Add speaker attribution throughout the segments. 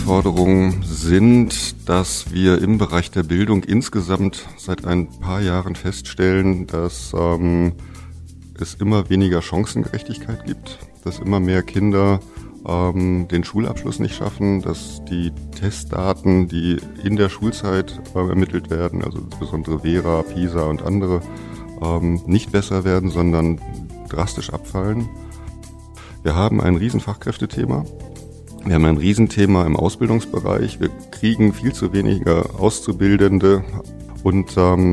Speaker 1: Herausforderungen sind, dass wir im Bereich der Bildung insgesamt seit ein paar Jahren feststellen, dass es immer weniger Chancengerechtigkeit gibt, dass immer mehr Kinder den Schulabschluss nicht schaffen, dass die Testdaten, die in der Schulzeit ermittelt werden, also insbesondere Vera, PISA und andere, nicht besser werden, sondern drastisch abfallen. Wir haben ein Riesenfachkräftethema. Wir haben ein Riesenthema im Ausbildungsbereich. Wir kriegen viel zu wenige Auszubildende. Und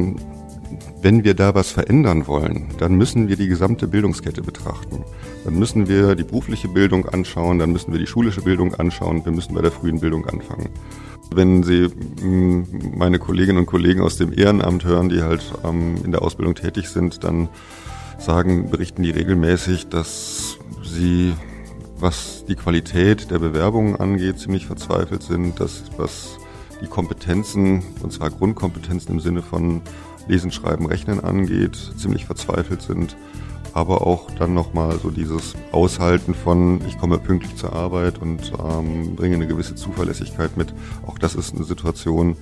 Speaker 1: wenn wir da was verändern wollen, dann müssen wir die gesamte Bildungskette betrachten. Dann müssen wir die berufliche Bildung anschauen, dann müssen wir die schulische Bildung anschauen, wir müssen bei der frühen Bildung anfangen. Wenn Sie meine Kolleginnen und Kollegen aus dem Ehrenamt hören, die halt in der Ausbildung tätig sind, dann berichten die regelmäßig, dass sie, was die Qualität der Bewerbungen angeht, ziemlich verzweifelt sind, dass was die Kompetenzen, und zwar Grundkompetenzen im Sinne von Lesen, Schreiben, Rechnen angeht, ziemlich verzweifelt sind. Aber auch dann nochmal so dieses Aushalten von, ich komme pünktlich zur Arbeit und bringe eine gewisse Zuverlässigkeit mit. Auch das ist eine Situation,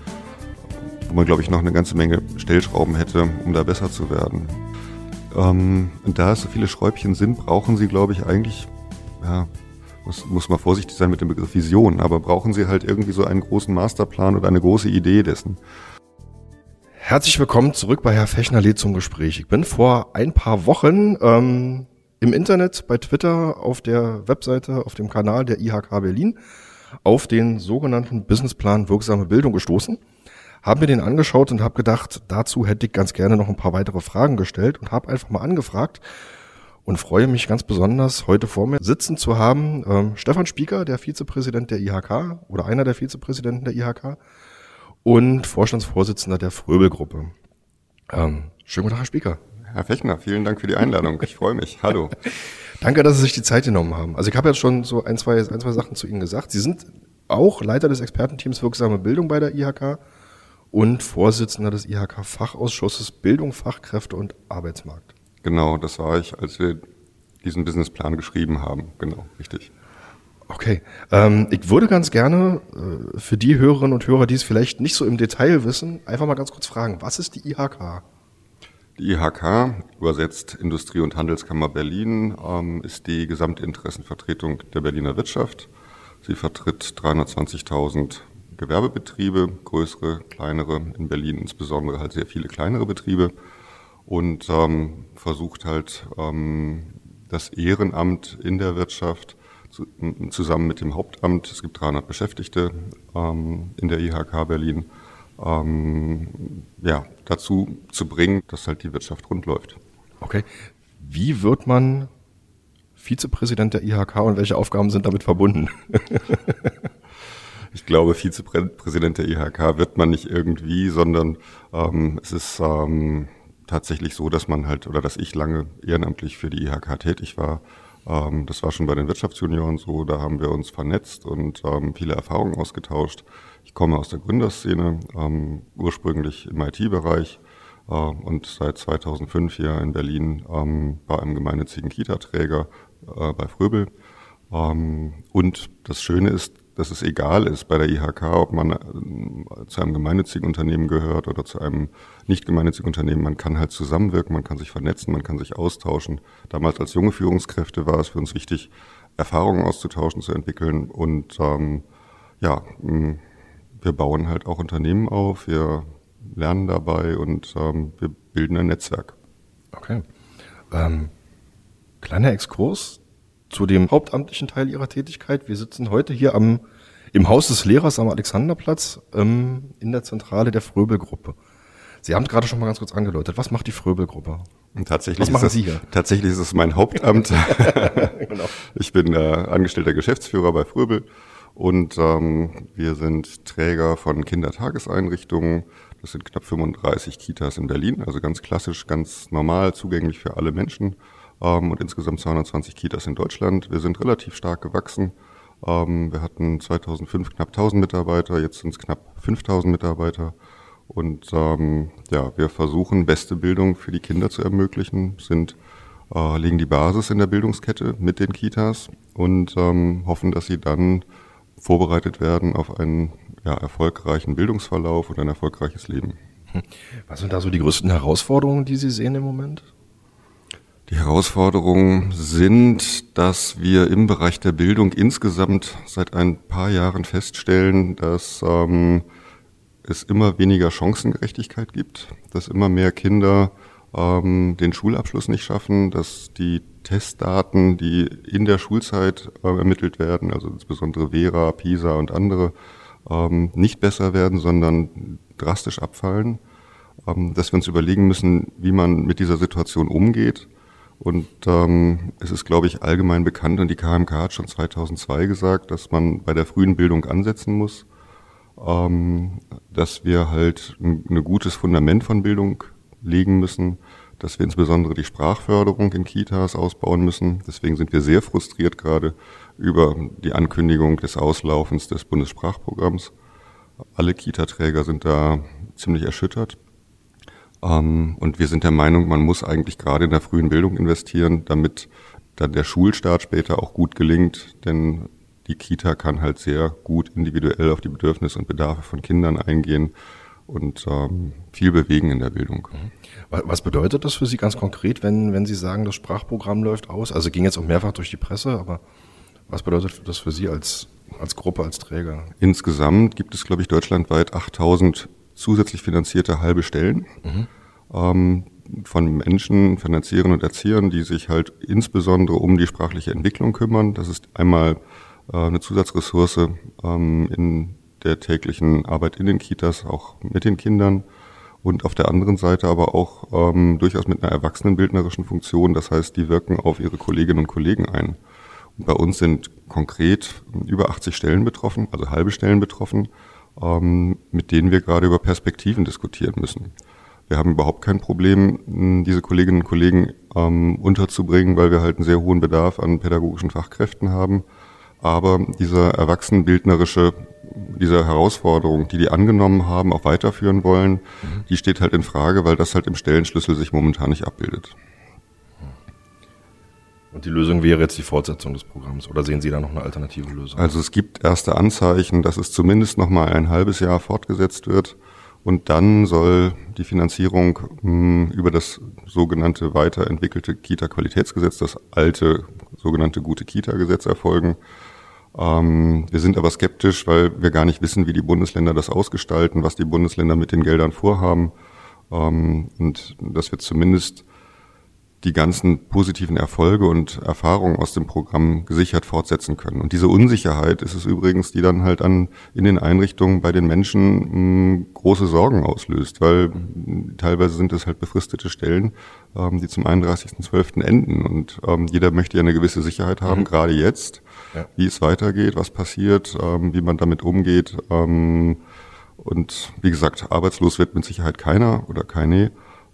Speaker 1: wo man, glaube ich, noch eine ganze Menge Stellschrauben hätte, um da besser zu werden. Und da es so viele Schräubchen sind, brauchen Sie, glaube ich, eigentlich, ja, muss man vorsichtig sein mit dem Begriff Vision, aber brauchen Sie halt irgendwie so einen großen Masterplan oder eine große Idee dessen.
Speaker 2: Herzlich willkommen zurück bei Herr Fechner-Leh zum Gespräch. Ich bin vor ein paar Wochen im Internet, bei Twitter, auf der Webseite, auf dem Kanal der IHK Berlin auf den sogenannten Businessplan Wirksame Bildung gestoßen, habe mir den angeschaut und habe gedacht, dazu hätte ich ganz gerne noch ein paar weitere Fragen gestellt und habe einfach mal angefragt und freue mich ganz besonders, heute vor mir sitzen zu haben Stefan Spieker, der Vizepräsident der IHK oder einer der Vizepräsidenten der IHK, und Vorstandsvorsitzender der Fröbel-Gruppe. Schönen guten Tag, Herr Spieker.
Speaker 1: Herr Fechner, vielen Dank für die Einladung. Ich freue mich. Hallo.
Speaker 2: Danke, dass Sie sich die Zeit genommen haben. Also ich habe jetzt schon so ein, zwei Sachen zu Ihnen gesagt. Sie sind auch Leiter des Expertenteams Wirksame Bildung bei der IHK und Vorsitzender des IHK-Fachausschusses Bildung, Fachkräfte und Arbeitsmarkt.
Speaker 1: Genau, das war ich, als wir diesen Businessplan geschrieben haben. Genau, richtig.
Speaker 2: Okay, ich würde ganz gerne für die Hörerinnen und Hörer, die es vielleicht nicht so im Detail wissen, einfach mal ganz kurz fragen, was ist die IHK?
Speaker 1: Die IHK, übersetzt Industrie- und Handelskammer Berlin, ist die Gesamtinteressenvertretung der Berliner Wirtschaft. Sie vertritt 320.000 Gewerbebetriebe, größere, kleinere, in Berlin insbesondere halt sehr viele kleinere Betriebe und versucht halt das Ehrenamt in der Wirtschaft zusammen mit dem Hauptamt, es gibt 300 Beschäftigte in der IHK Berlin, dazu zu bringen, dass halt die Wirtschaft rund läuft.
Speaker 2: Okay. Wie wird man Vizepräsident der IHK und welche Aufgaben sind damit verbunden?
Speaker 1: Ich glaube, Vizepräsident der IHK wird man nicht irgendwie, sondern es ist tatsächlich so, dass man halt, oder dass ich lange ehrenamtlich für die IHK tätig war. Das war schon bei den Wirtschaftsjunioren so, da haben wir uns vernetzt und viele Erfahrungen ausgetauscht. Ich komme aus der Gründerszene, ursprünglich im IT-Bereich und seit 2005 hier in Berlin bei einem gemeinnützigen Kita-Träger bei Fröbel. Und das Schöne ist, dass es egal ist bei der IHK, ob man zu einem gemeinnützigen Unternehmen gehört oder zu einem nicht gemeinnützigen Unternehmen. Man kann halt zusammenwirken, man kann sich vernetzen, man kann sich austauschen. Damals als junge Führungskräfte war es für uns wichtig, Erfahrungen auszutauschen, zu entwickeln. Und wir bauen halt auch Unternehmen auf, wir lernen dabei und wir bilden ein Netzwerk.
Speaker 2: Okay. Kleiner Exkurs zu dem hauptamtlichen Teil Ihrer Tätigkeit. Wir sitzen heute hier im Haus des Lehrers am Alexanderplatz in der Zentrale der Fröbel-Gruppe. Sie haben es gerade schon mal ganz kurz angedeutet. Was macht die Fröbel-Gruppe?
Speaker 1: Tatsächlich
Speaker 2: Was machen Sie hier?
Speaker 1: Tatsächlich ist es mein Hauptamt.
Speaker 2: Genau.
Speaker 1: Ich bin angestellter Geschäftsführer bei Fröbel und wir sind Träger von Kindertageseinrichtungen. Das sind knapp 35 Kitas in Berlin, also ganz klassisch, ganz normal, zugänglich für alle Menschen. Und insgesamt 220 Kitas in Deutschland. Wir sind relativ stark gewachsen. Wir hatten 2005 knapp 1000 Mitarbeiter, jetzt sind es knapp 5000 Mitarbeiter. Und wir versuchen, beste Bildung für die Kinder zu ermöglichen, legen die Basis in der Bildungskette mit den Kitas und hoffen, dass sie dann vorbereitet werden auf einen erfolgreichen Bildungsverlauf und ein erfolgreiches Leben.
Speaker 2: Was sind da so die größten Herausforderungen, die Sie sehen im Moment?
Speaker 1: Die Herausforderungen sind, dass wir im Bereich der Bildung insgesamt seit ein paar Jahren feststellen, dass es immer weniger Chancengerechtigkeit gibt, dass immer mehr Kinder den Schulabschluss nicht schaffen, dass die Testdaten, die in der Schulzeit ermittelt werden, also insbesondere Vera, PISA und andere, nicht besser werden, sondern drastisch abfallen, dass wir uns überlegen müssen, wie man mit dieser Situation umgeht. Und es ist, glaube ich, allgemein bekannt, und die KMK hat schon 2002 gesagt, dass man bei der frühen Bildung ansetzen muss, dass wir halt ein gutes Fundament von Bildung legen müssen, dass wir insbesondere die Sprachförderung in Kitas ausbauen müssen. Deswegen sind wir sehr frustriert gerade über die Ankündigung des Auslaufens des Bundessprachprogramms. Alle Kita-Träger sind da ziemlich erschüttert. Und wir sind der Meinung, man muss eigentlich gerade in der frühen Bildung investieren, damit dann der Schulstart später auch gut gelingt, denn die Kita kann halt sehr gut individuell auf die Bedürfnisse und Bedarfe von Kindern eingehen und viel bewegen in der Bildung.
Speaker 2: Was bedeutet das für Sie ganz konkret, wenn Sie sagen, das Sprachprogramm läuft aus? Also ging jetzt auch mehrfach durch die Presse, aber was bedeutet das für Sie als Gruppe, als Träger?
Speaker 1: Insgesamt gibt es, glaube ich, deutschlandweit 8.000 zusätzlich finanzierte halbe Stellen von Menschen, von Erzieherinnen und Erziehern, die sich halt insbesondere um die sprachliche Entwicklung kümmern. Das ist einmal eine Zusatzressource in der täglichen Arbeit in den Kitas, auch mit den Kindern. Und auf der anderen Seite aber auch durchaus mit einer erwachsenenbildnerischen Funktion. Das heißt, die wirken auf ihre Kolleginnen und Kollegen ein. Und bei uns sind konkret über 80 Stellen betroffen, also halbe Stellen betroffen, mit denen wir gerade über Perspektiven diskutieren müssen. Wir haben überhaupt kein Problem, diese Kolleginnen und Kollegen unterzubringen, weil wir halt einen sehr hohen Bedarf an pädagogischen Fachkräften haben. Aber diese Herausforderung, die angenommen haben, auch weiterführen wollen, die steht halt in Frage, weil das halt im Stellenschlüssel sich momentan nicht abbildet.
Speaker 2: Und die Lösung wäre jetzt die Fortsetzung des Programms, oder sehen Sie da noch eine alternative Lösung?
Speaker 1: Also es gibt erste Anzeichen, dass es zumindest noch mal ein halbes Jahr fortgesetzt wird. Und dann soll die Finanzierung über das sogenannte weiterentwickelte Kita-Qualitätsgesetz, das alte sogenannte Gute-Kita-Gesetz erfolgen. Wir sind aber skeptisch, weil wir gar nicht wissen, wie die Bundesländer das ausgestalten, was die Bundesländer mit den Geldern vorhaben. Und dass wir zumindest die ganzen positiven Erfolge und Erfahrungen aus dem Programm gesichert fortsetzen können. Und diese Unsicherheit ist es übrigens, die dann halt in den Einrichtungen bei den Menschen große Sorgen auslöst, weil teilweise sind es halt befristete Stellen, die zum 31.12. enden. Und jeder möchte ja eine gewisse Sicherheit haben, gerade jetzt, wie es weitergeht, was passiert, wie man damit umgeht. Und wie gesagt, arbeitslos wird mit Sicherheit keiner oder keine,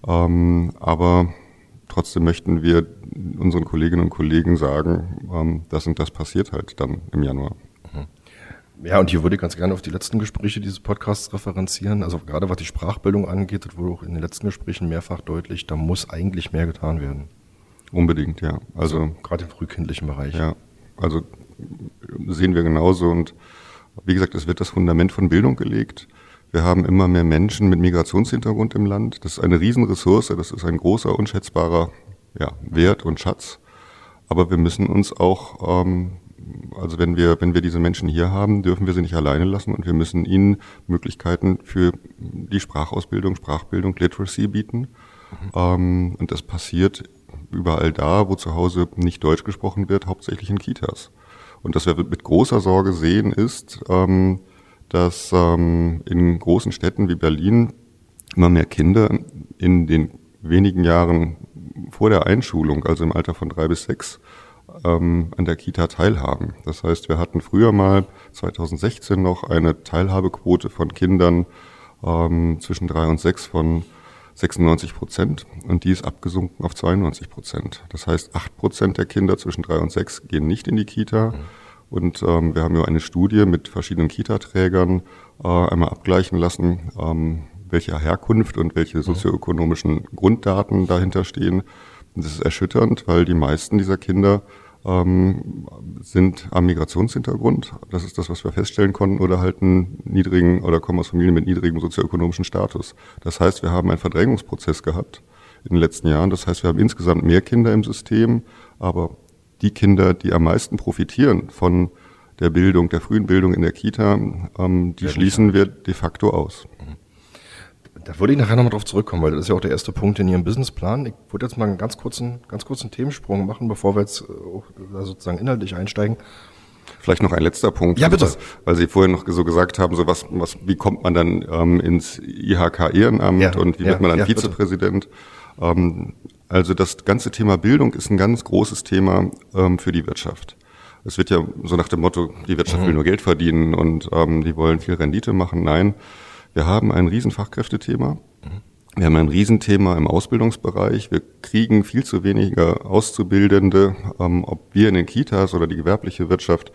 Speaker 1: aber trotzdem möchten wir unseren Kolleginnen und Kollegen sagen, das und das passiert halt dann im Januar.
Speaker 2: Ja, und hier würde ich ganz gerne auf die letzten Gespräche dieses Podcasts referenzieren. Also gerade was die Sprachbildung angeht, das wurde auch in den letzten Gesprächen mehrfach deutlich, da muss eigentlich mehr getan werden.
Speaker 1: Unbedingt, ja. Also
Speaker 2: gerade im frühkindlichen Bereich.
Speaker 1: Ja, also sehen wir genauso. Und wie gesagt, es wird das Fundament von Bildung gelegt. Wir haben immer mehr Menschen mit Migrationshintergrund im Land. Das ist eine Riesenressource, das ist ein großer, unschätzbarer Wert und Schatz. Aber wir müssen uns auch, also wenn wir diese Menschen hier haben, dürfen wir sie nicht alleine lassen und wir müssen ihnen Möglichkeiten für die Sprachausbildung, Sprachbildung, Literacy bieten. Und das passiert überall da, wo zu Hause nicht Deutsch gesprochen wird, hauptsächlich in Kitas. Und was wir mit großer Sorge sehen ist, dass in großen Städten wie Berlin immer mehr Kinder in den wenigen Jahren vor der Einschulung, also im Alter von 3 bis 6, an der Kita teilhaben. Das heißt, wir hatten früher mal 2016 noch eine Teilhabequote von Kindern zwischen 3 und 6 von 96% und die ist abgesunken auf 92%. Das heißt, 8% der Kinder zwischen 3 und 6 gehen nicht in die Kita. Und wir haben ja eine Studie mit verschiedenen Kita-Trägern einmal abgleichen lassen, welche Herkunft und welche sozioökonomischen Grunddaten dahinter stehen. Und das ist erschütternd, weil die meisten dieser Kinder sind am Migrationshintergrund. Das ist das, was wir feststellen konnten, oder halt einen niedrigen oder kommen aus Familien mit niedrigem sozioökonomischen Status. Das heißt, wir haben einen Verdrängungsprozess gehabt in den letzten Jahren. Das heißt, wir haben insgesamt mehr Kinder im System, aber die Kinder, die am meisten profitieren von der Bildung, der frühen Bildung in der Kita, die schließen wir de facto aus.
Speaker 2: Da würde ich nachher nochmal drauf zurückkommen, weil das ist ja auch der erste Punkt in Ihrem Businessplan. Ich würde jetzt mal einen ganz kurzen Themensprung machen, bevor wir jetzt sozusagen inhaltlich einsteigen.
Speaker 1: Vielleicht noch ein letzter Punkt.
Speaker 2: Ja, bitte.
Speaker 1: Weil Sie vorhin noch so gesagt haben, so wie kommt man dann ins IHK-Ehrenamt und wie wird man dann Vizepräsident? Also das ganze Thema Bildung ist ein ganz großes Thema für die Wirtschaft. Es wird ja so nach dem Motto, die Wirtschaft will nur Geld verdienen und die wollen viel Rendite machen. Nein, wir haben ein riesen Fachkräftethema. Wir haben ein Riesenthema im Ausbildungsbereich. Wir kriegen viel zu wenige Auszubildende, ob wir in den Kitas oder die gewerbliche Wirtschaft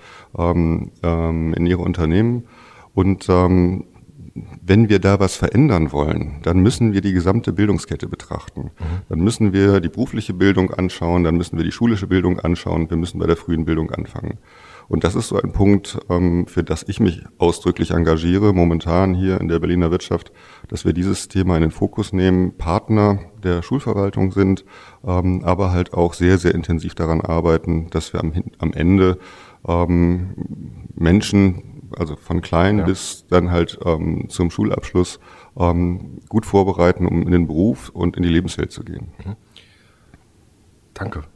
Speaker 1: in ihre Unternehmen. Und wenn wir da was verändern wollen, dann müssen wir die gesamte Bildungskette betrachten. Dann müssen wir die berufliche Bildung anschauen, dann müssen wir die schulische Bildung anschauen, wir müssen bei der frühen Bildung anfangen. Und das ist so ein Punkt, für das ich mich ausdrücklich engagiere, momentan hier in der Berliner Wirtschaft, dass wir dieses Thema in den Fokus nehmen, Partner der Schulverwaltung sind, aber halt auch sehr, sehr intensiv daran arbeiten, dass wir am Ende Menschen, also von klein bis dann halt zum Schulabschluss, gut vorbereiten, um in den Beruf und in die Lebenswelt zu gehen.
Speaker 2: Danke.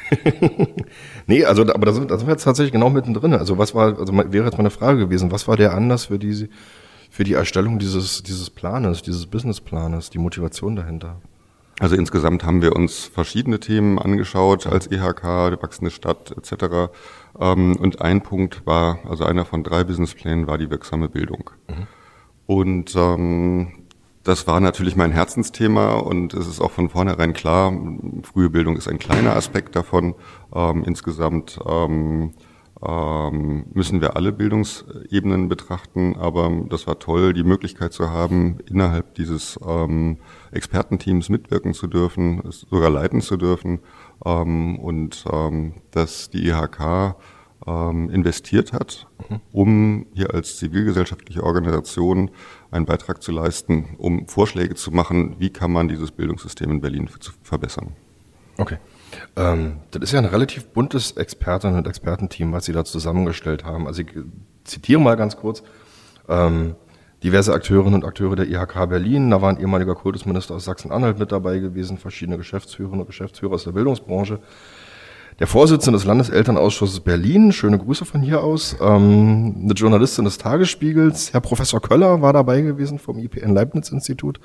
Speaker 2: Nee, aber da sind wir jetzt tatsächlich genau mittendrin. Also wäre jetzt mal eine Frage gewesen, was war der Anlass für die Erstellung dieses Planes, dieses Businessplanes, die Motivation dahinter?
Speaker 1: Also insgesamt haben wir uns verschiedene Themen angeschaut als IHK, die wachsende Stadt etc. Und ein Punkt war, also einer von 3 Businessplänen war die wirksame Bildung. Und das war natürlich mein Herzensthema und es ist auch von vornherein klar, frühe Bildung ist ein kleiner Aspekt davon. Insgesamt müssen wir alle Bildungsebenen betrachten, aber das war toll, die Möglichkeit zu haben, innerhalb dieses Expertenteams mitwirken zu dürfen, es sogar leiten zu dürfen und dass die IHK investiert hat, um hier als zivilgesellschaftliche Organisation einen Beitrag zu leisten, um Vorschläge zu machen, wie kann man dieses Bildungssystem in Berlin verbessern.
Speaker 2: Okay. Das ist ja ein relativ buntes Expertinnen- und Expertenteam, was Sie da zusammengestellt haben. Also ich zitiere mal ganz kurz. Diverse Akteurinnen und Akteure der IHK Berlin, da war ein ehemaliger Kultusminister aus Sachsen-Anhalt mit dabei gewesen, verschiedene Geschäftsführerinnen und Geschäftsführer aus der Bildungsbranche. Der Vorsitzende des Landeselternausschusses Berlin, schöne Grüße von hier aus, eine Journalistin des Tagesspiegels, Herr Professor Köller war dabei gewesen vom IPN-Leibniz-Institut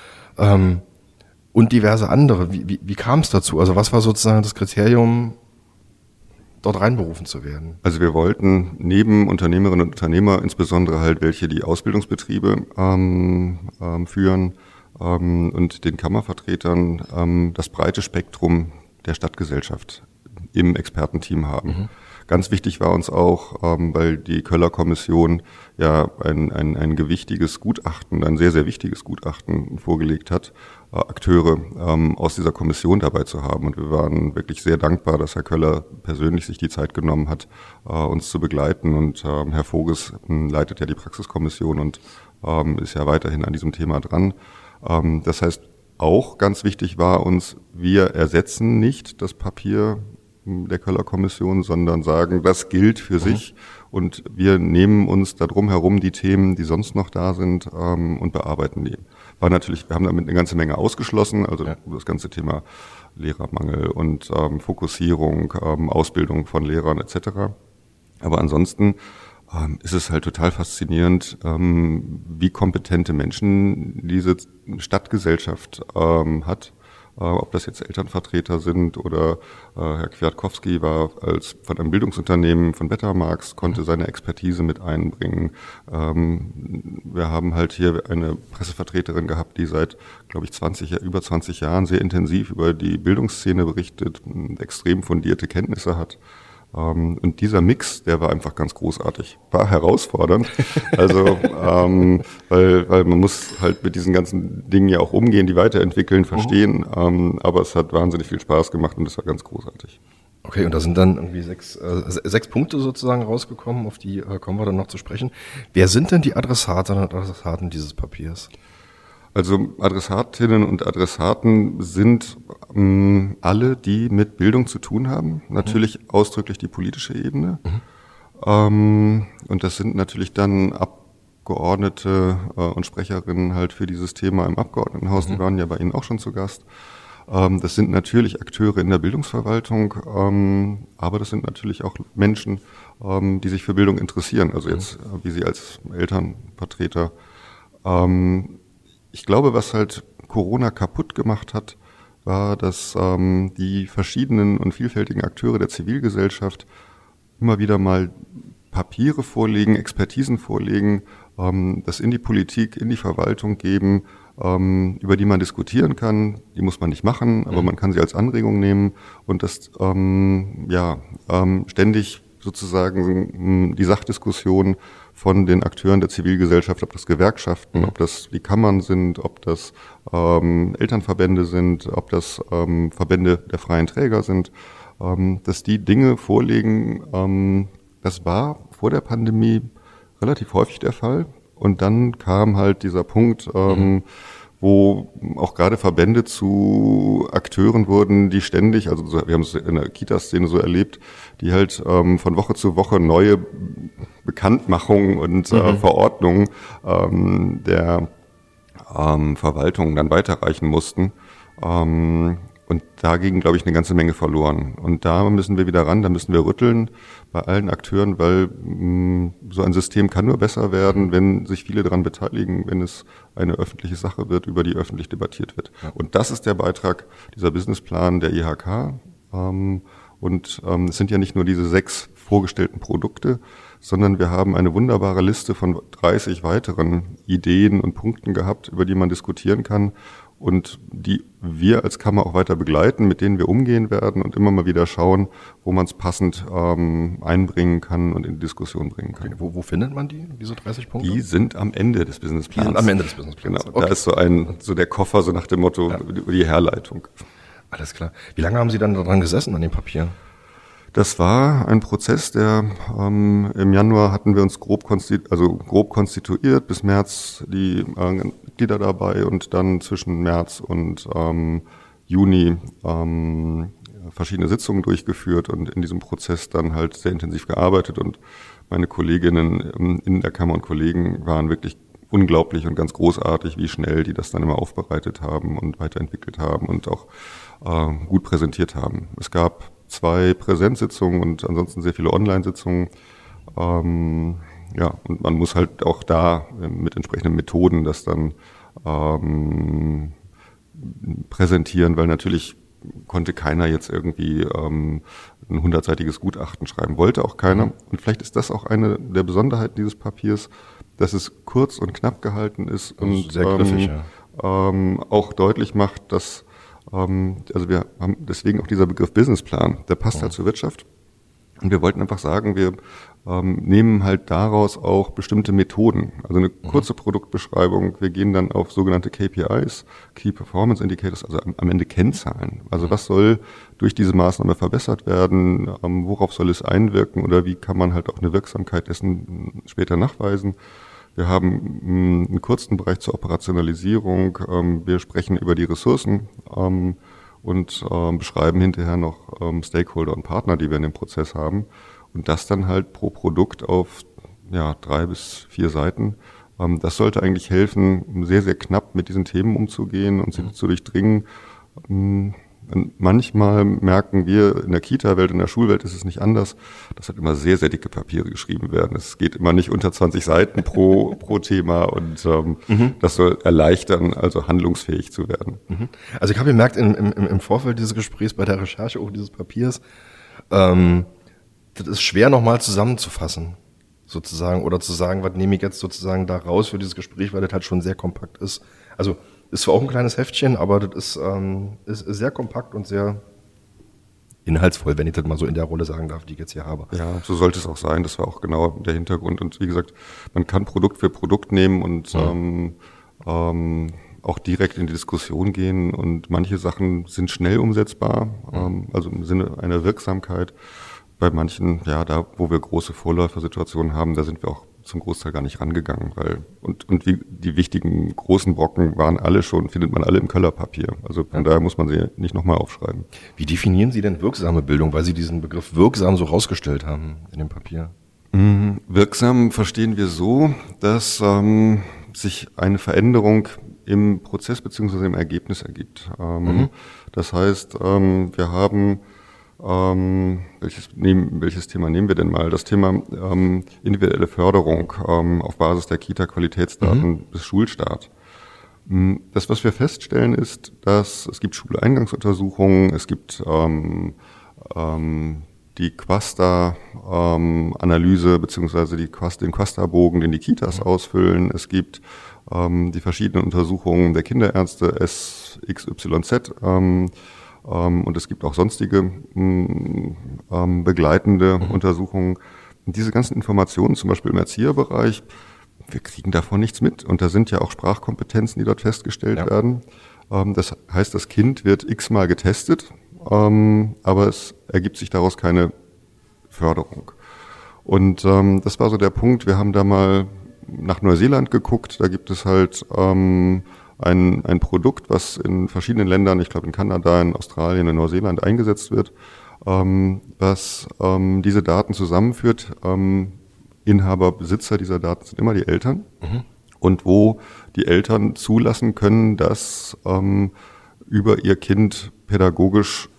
Speaker 2: und diverse andere. Wie kam es dazu? Also was war sozusagen das Kriterium, dort reinberufen zu werden?
Speaker 1: Also wir wollten neben Unternehmerinnen und Unternehmer, insbesondere halt welche, die Ausbildungsbetriebe führen und den Kammervertretern das breite Spektrum der Stadtgesellschaft im Expertenteam haben. Ganz wichtig war uns auch, weil die Köller Kommission ja ein gewichtiges Gutachten, ein sehr, sehr wichtiges Gutachten vorgelegt hat, Akteure aus dieser Kommission dabei zu haben. Und wir waren wirklich sehr dankbar, dass Herr Köller persönlich sich die Zeit genommen hat, uns zu begleiten. Und Herr Voges leitet ja die Praxiskommission und ist ja weiterhin an diesem Thema dran. Das heißt, auch ganz wichtig war uns, wir ersetzen nicht das Papier der Köller Kommission, sondern sagen, das gilt für sich und wir nehmen uns darum herum die Themen, die sonst noch da sind und bearbeiten die. Wir haben damit eine ganze Menge ausgeschlossen, also das ganze Thema Lehrermangel und Fokussierung, Ausbildung von Lehrern etc. Aber ansonsten ist es halt total faszinierend, wie kompetente Menschen diese Stadtgesellschaft hat. Ob das jetzt Elternvertreter sind oder Herr Kwiatkowski war von einem Bildungsunternehmen von Bettermarx, konnte seine Expertise mit einbringen. Wir haben halt hier eine Pressevertreterin gehabt, die seit, glaube ich, über 20 Jahren sehr intensiv über die Bildungsszene berichtet, extrem fundierte Kenntnisse hat. Und dieser Mix, der war einfach ganz großartig. War herausfordernd, also weil man muss halt mit diesen ganzen Dingen ja auch umgehen, die weiterentwickeln, verstehen, aber es hat wahnsinnig viel Spaß gemacht und es war ganz großartig.
Speaker 2: Okay, und da sind dann irgendwie sechs Punkte sozusagen rausgekommen, auf die kommen wir dann noch zu sprechen. Wer sind denn die Adressatinnen und Adressaten dieses Papiers?
Speaker 1: Also Adressatinnen und Adressaten sind alle, die mit Bildung zu tun haben. Natürlich ausdrücklich die politische Ebene. Und das sind natürlich dann Abgeordnete und Sprecherinnen halt für dieses Thema im Abgeordnetenhaus. Die waren ja bei Ihnen auch schon zu Gast. Das sind natürlich Akteure in der Bildungsverwaltung, aber das sind natürlich auch Menschen, die sich für Bildung interessieren. Also jetzt, wie Sie als Elternvertreter. Ich glaube, was halt Corona kaputt gemacht hat, war, dass die verschiedenen und vielfältigen Akteure der Zivilgesellschaft immer wieder mal Papiere vorlegen, Expertisen vorlegen, das in die Politik, in die Verwaltung geben, über die man diskutieren kann. Die muss man nicht machen, aber man kann sie als Anregung nehmen und das ständig sozusagen die Sachdiskussion von den Akteuren der Zivilgesellschaft, ob das Gewerkschaften, ob das die Kammern sind, ob das Elternverbände sind, ob das Verbände der freien Träger sind, dass die Dinge vorlegen. Das war vor der Pandemie relativ häufig der Fall. Und dann kam halt dieser Punkt, wo auch gerade Verbände zu Akteuren wurden, die ständig, also wir haben es in der Kita-Szene so erlebt, die halt von Woche zu Woche neue Bekanntmachungen und Verordnungen der Verwaltung dann weiterreichen mussten. Und da ging, glaube ich, eine ganze Menge verloren. Und da müssen wir wieder ran, da müssen wir rütteln bei allen Akteuren, weil so ein System kann nur besser werden, wenn sich viele daran beteiligen, wenn es eine öffentliche Sache wird, über die öffentlich debattiert wird. Und das ist der Beitrag dieser Businessplan der IHK. Es sind ja nicht nur diese 6 vorgestellten Produkte, sondern wir haben eine wunderbare Liste von 30 weiteren Ideen und Punkten gehabt, über die man diskutieren kann. Und die wir als Kammer auch weiter begleiten, mit denen wir umgehen werden und immer mal wieder schauen, wo man es passend einbringen kann und in die Diskussion bringen kann.
Speaker 2: Okay, wo findet man diese 30 Punkte?
Speaker 1: Die sind am Ende des Businessplans.
Speaker 2: Die sind am Ende des Businessplans.
Speaker 1: Genau, okay. Da ist so der Koffer, so nach dem Motto, über die Herleitung.
Speaker 2: Alles klar. Wie lange haben Sie dann daran gesessen, an dem Papier?
Speaker 1: Das war ein Prozess, der im Januar hatten wir uns grob konstituiert, bis März die Mitglieder dabei und dann zwischen März und Juni verschiedene Sitzungen durchgeführt und in diesem Prozess dann halt sehr intensiv gearbeitet und meine Kolleginnen in der Kammer und Kollegen waren wirklich unglaublich und ganz großartig, wie schnell die das dann immer aufbereitet haben und weiterentwickelt haben und auch gut präsentiert haben. Es gab 2 Präsenzsitzungen und ansonsten sehr viele Online-Sitzungen. Und man muss halt auch da mit entsprechenden Methoden das dann präsentieren, weil natürlich konnte keiner jetzt irgendwie ein 100-seitiges Gutachten schreiben, wollte auch keiner. Und vielleicht ist das auch eine der Besonderheiten dieses Papiers, dass es kurz und knapp gehalten ist und
Speaker 2: sehr griffig,
Speaker 1: auch deutlich macht, dass also wir haben deswegen auch dieser Begriff Businessplan, der passt halt zur Wirtschaft. Und wir wollten einfach sagen, wir nehmen halt daraus auch bestimmte Methoden. Also eine kurze Produktbeschreibung. Wir gehen dann auf sogenannte KPIs, Key Performance Indicators, also am Ende Kennzahlen. Also was soll durch diese Maßnahme verbessert werden? Worauf soll es einwirken? Oder wie kann man halt auch eine Wirksamkeit dessen später nachweisen? Wir haben einen kurzen Bereich zur Operationalisierung. Wir sprechen über die Ressourcen und beschreiben hinterher noch Stakeholder und Partner, die wir in dem Prozess haben. Und das dann halt pro Produkt auf 3 bis 4 Seiten. Das sollte eigentlich helfen, sehr, sehr knapp mit diesen Themen umzugehen und sie zu durchdringen. Und manchmal merken wir in der Kita-Welt, in der Schulwelt ist es nicht anders, dass halt immer sehr, sehr dicke Papiere geschrieben werden. Es geht immer nicht unter 20 Seiten pro Thema und das soll erleichtern, also handlungsfähig zu werden.
Speaker 2: Also ich habe gemerkt im Vorfeld dieses Gesprächs bei der Recherche auch dieses Papiers, das ist schwer nochmal zusammenzufassen, sozusagen, oder zu sagen, was nehme ich jetzt sozusagen da raus für dieses Gespräch, weil das halt schon sehr kompakt ist. Also ist zwar auch ein kleines Heftchen, aber das ist sehr kompakt und sehr inhaltsvoll, wenn ich das mal so in der Rolle sagen darf, die ich jetzt hier habe.
Speaker 1: Ja, so sollte es auch sein. Das war auch genau der Hintergrund. Und wie gesagt, man kann Produkt für Produkt nehmen und auch direkt in die Diskussion gehen und manche Sachen sind schnell umsetzbar, also im Sinne einer Wirksamkeit. Bei manchen, ja, da wo wir große Vorläufersituationen haben, da sind wir auch zum Großteil gar nicht rangegangen, weil und wie die wichtigen großen Brocken findet man alle im Kellerpapier. Also von daher muss man sie nicht nochmal aufschreiben.
Speaker 2: Wie definieren Sie denn wirksame Bildung, weil Sie diesen Begriff wirksam so rausgestellt haben in dem Papier?
Speaker 1: Wirksam verstehen wir so, dass sich eine Veränderung im Prozess bzw. im Ergebnis ergibt. Das heißt, wir haben welches Thema nehmen wir denn mal? Das Thema individuelle Förderung auf Basis der Kita-Qualitätsdaten bis Schulstart. Das, was wir feststellen, ist, dass es gibt Schuleingangsuntersuchungen, es gibt die Quasta-Analyse beziehungsweise den Quasta-Bogen, den die Kitas ausfüllen. Es gibt die verschiedenen Untersuchungen der Kinderärzte SXYZ und es gibt auch sonstige begleitende Untersuchungen. Und diese ganzen Informationen, zum Beispiel im Erzieherbereich, wir kriegen davon nichts mit. Und da sind ja auch Sprachkompetenzen, die dort festgestellt werden. Das heißt, das Kind wird x-mal getestet, aber es ergibt sich daraus keine Förderung. Und das war so der Punkt. Wir haben da mal nach Neuseeland geguckt. Da gibt es halt ein Produkt, was in verschiedenen Ländern, ich glaube in Kanada, in Australien, in Neuseeland eingesetzt wird, was diese Daten zusammenführt. Inhaber, Besitzer dieser Daten sind immer die Eltern. Und wo die Eltern zulassen können, dass über ihr Kind pädagogisch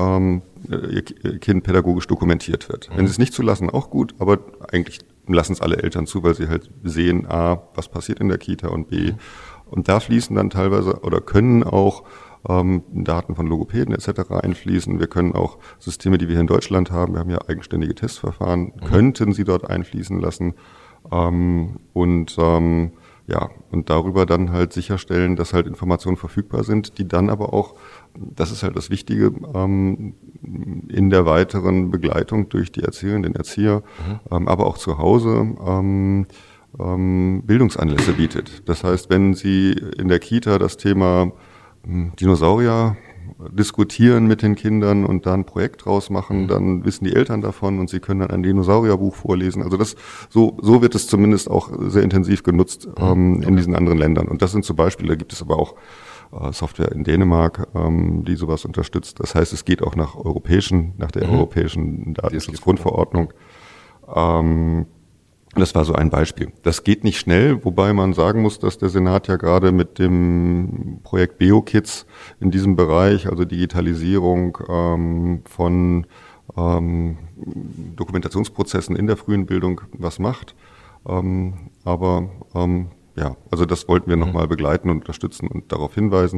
Speaker 1: dokumentiert wird. Wenn sie es nicht zulassen, auch gut, aber eigentlich lassen es alle Eltern zu, weil sie halt sehen, A, was passiert in der Kita und B, und da fließen dann teilweise oder können auch Daten von Logopäden etc. einfließen. Wir können auch Systeme, die wir hier in Deutschland haben, wir haben ja eigenständige Testverfahren, könnten sie dort einfließen lassen und darüber dann halt sicherstellen, dass halt Informationen verfügbar sind, die dann aber auch, das ist halt das Wichtige, in der weiteren Begleitung durch die Erzieherinnen, den Erzieher, aber auch zu Hause Bildungsanlässe bietet. Das heißt, wenn Sie in der Kita das Thema Dinosaurier diskutieren mit den Kindern und da ein Projekt draus machen, dann wissen die Eltern davon und sie können dann ein Dinosaurierbuch vorlesen. Also so wird es zumindest auch sehr intensiv genutzt in diesen anderen Ländern. Und das sind zum Beispiel, da gibt es aber auch Software in Dänemark, die sowas unterstützt. Das heißt, es geht auch nach der europäischen Datenschutzgrundverordnung. Das war so ein Beispiel. Das geht nicht schnell, wobei man sagen muss, dass der Senat ja gerade mit dem Projekt BeoKids in diesem Bereich, also Digitalisierung von Dokumentationsprozessen in der frühen Bildung, was macht. Also das wollten wir nochmal begleiten und unterstützen und darauf hinweisen.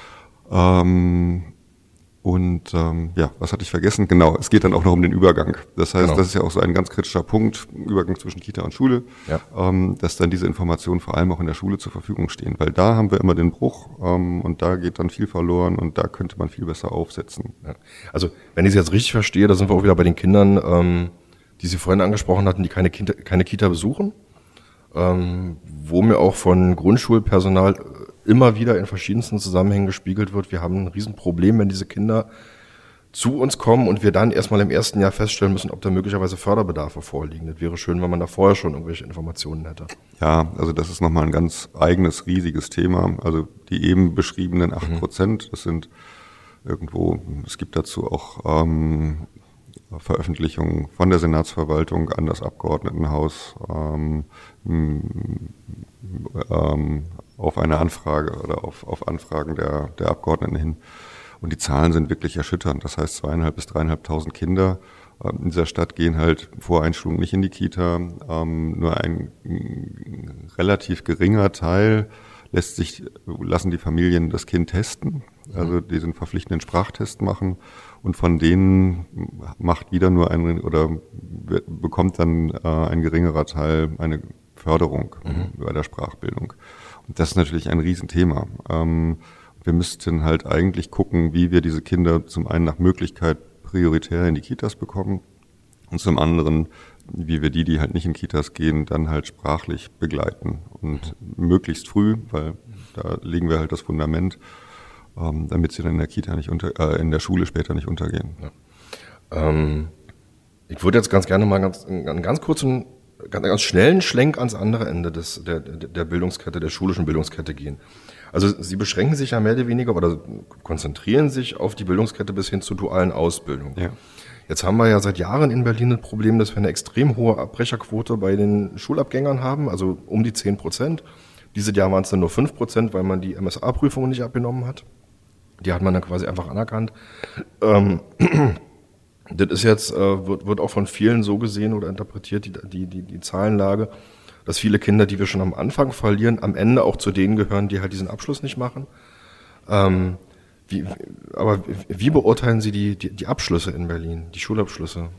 Speaker 1: Was hatte ich vergessen? Genau, es geht dann auch noch um den Übergang. Das heißt, Das ist ja auch so ein ganz kritischer Punkt, Übergang zwischen Kita und Schule, dass dann diese Informationen vor allem auch in der Schule zur Verfügung stehen. Weil da haben wir immer den Bruch und da geht dann viel verloren und da könnte man viel besser aufsetzen.
Speaker 2: Ja. Also wenn ich es jetzt richtig verstehe, da sind wir auch wieder bei den Kindern, die Sie vorhin angesprochen hatten, die keine Kita besuchen, wo mir auch von Grundschulpersonal immer wieder in verschiedensten Zusammenhängen gespiegelt wird, wir haben ein Riesenproblem, wenn diese Kinder zu uns kommen und wir dann erstmal im ersten Jahr feststellen müssen, ob da möglicherweise Förderbedarfe vorliegen. Das wäre schön, wenn man da vorher schon irgendwelche Informationen hätte.
Speaker 1: Ja, also das ist nochmal ein ganz eigenes, riesiges Thema. Also die eben beschriebenen 8%, das sind irgendwo, es gibt dazu auch Veröffentlichungen von der Senatsverwaltung an das Abgeordnetenhaus auf eine Anfrage oder auf Anfragen der Abgeordneten hin. Und die Zahlen sind wirklich erschütternd. Das heißt, 2.500 bis 3.500 Kinder in dieser Stadt gehen halt vor Einschulung nicht in die Kita. Nur ein relativ geringer Teil lassen die Familien das Kind testen. Also diesen verpflichtenden Sprachtest machen. Und von denen macht wieder nur bekommt dann ein geringerer Teil eine Förderung bei der Sprachbildung. Und das ist natürlich ein Riesenthema. Wir müssten halt eigentlich gucken, wie wir diese Kinder zum einen nach Möglichkeit prioritär in die Kitas bekommen und zum anderen wie wir die halt nicht in Kitas gehen, dann halt sprachlich begleiten und möglichst früh, weil da legen wir halt das Fundament, damit sie dann in der Kita nicht in der Schule später nicht untergehen.
Speaker 2: Ja. Ich würde jetzt ganz gerne mal einen ganz kurzen, ganz schnellen Schlenk ans andere Ende der Bildungskette, der schulischen Bildungskette gehen. Also Sie beschränken sich ja mehr oder weniger oder konzentrieren sich auf die Bildungskette bis hin zur dualen Ausbildung.
Speaker 1: Ja.
Speaker 2: Jetzt haben wir ja seit Jahren in Berlin das Problem, dass wir eine extrem hohe Abbrecherquote bei den Schulabgängern haben, also um die 10%. Dieses Jahr waren es dann nur 5%, weil man die MSA-Prüfungen nicht abgenommen hat. Die hat man dann quasi einfach anerkannt. Das ist jetzt, wird auch von vielen so gesehen oder interpretiert, die Zahlenlage, dass viele Kinder, die wir schon am Anfang verlieren, am Ende auch zu denen gehören, die halt diesen Abschluss nicht machen. Wie beurteilen Sie die Abschlüsse in Berlin, die Schulabschlüsse?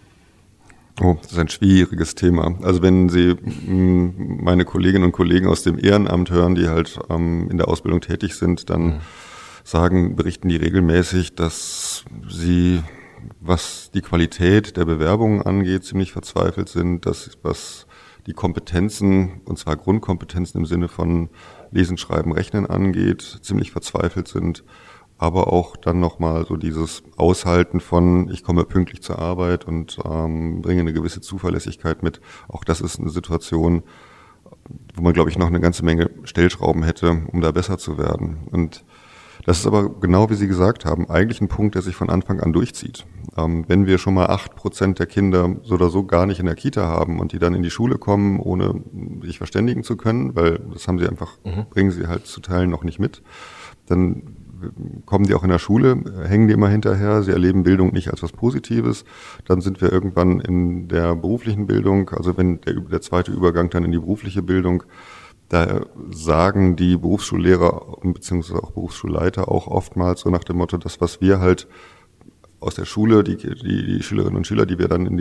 Speaker 1: Oh, das ist ein schwieriges Thema. Also wenn Sie meine Kolleginnen und Kollegen aus dem Ehrenamt hören, die halt in der Ausbildung tätig sind, dann berichten die regelmäßig, dass sie, was die Qualität der Bewerbungen angeht, ziemlich verzweifelt sind, dass was die Kompetenzen, und zwar Grundkompetenzen im Sinne von Lesen, Schreiben, Rechnen angeht, ziemlich verzweifelt sind. Aber auch dann nochmal so dieses Aushalten von, ich komme pünktlich zur Arbeit und bringe eine gewisse Zuverlässigkeit mit. Auch das ist eine Situation, wo man, glaube ich, noch eine ganze Menge Stellschrauben hätte, um da besser zu werden. Und das ist aber genau, wie Sie gesagt haben, eigentlich ein Punkt, der sich von Anfang an durchzieht. Wenn wir schon mal 8% der Kinder so oder so gar nicht in der Kita haben und die dann in die Schule kommen, ohne sich verständigen zu können, weil das haben sie einfach, bringen sie halt zu Teilen noch nicht mit, dann kommen die auch in der Schule, hängen die immer hinterher, sie erleben Bildung nicht als was Positives, dann sind wir irgendwann in der beruflichen Bildung, also wenn der zweite Übergang dann in die berufliche Bildung, da sagen die Berufsschullehrer bzw. auch Berufsschulleiter auch oftmals so nach dem Motto, das, was wir halt aus der Schule, die Schülerinnen und Schüler, die wir dann in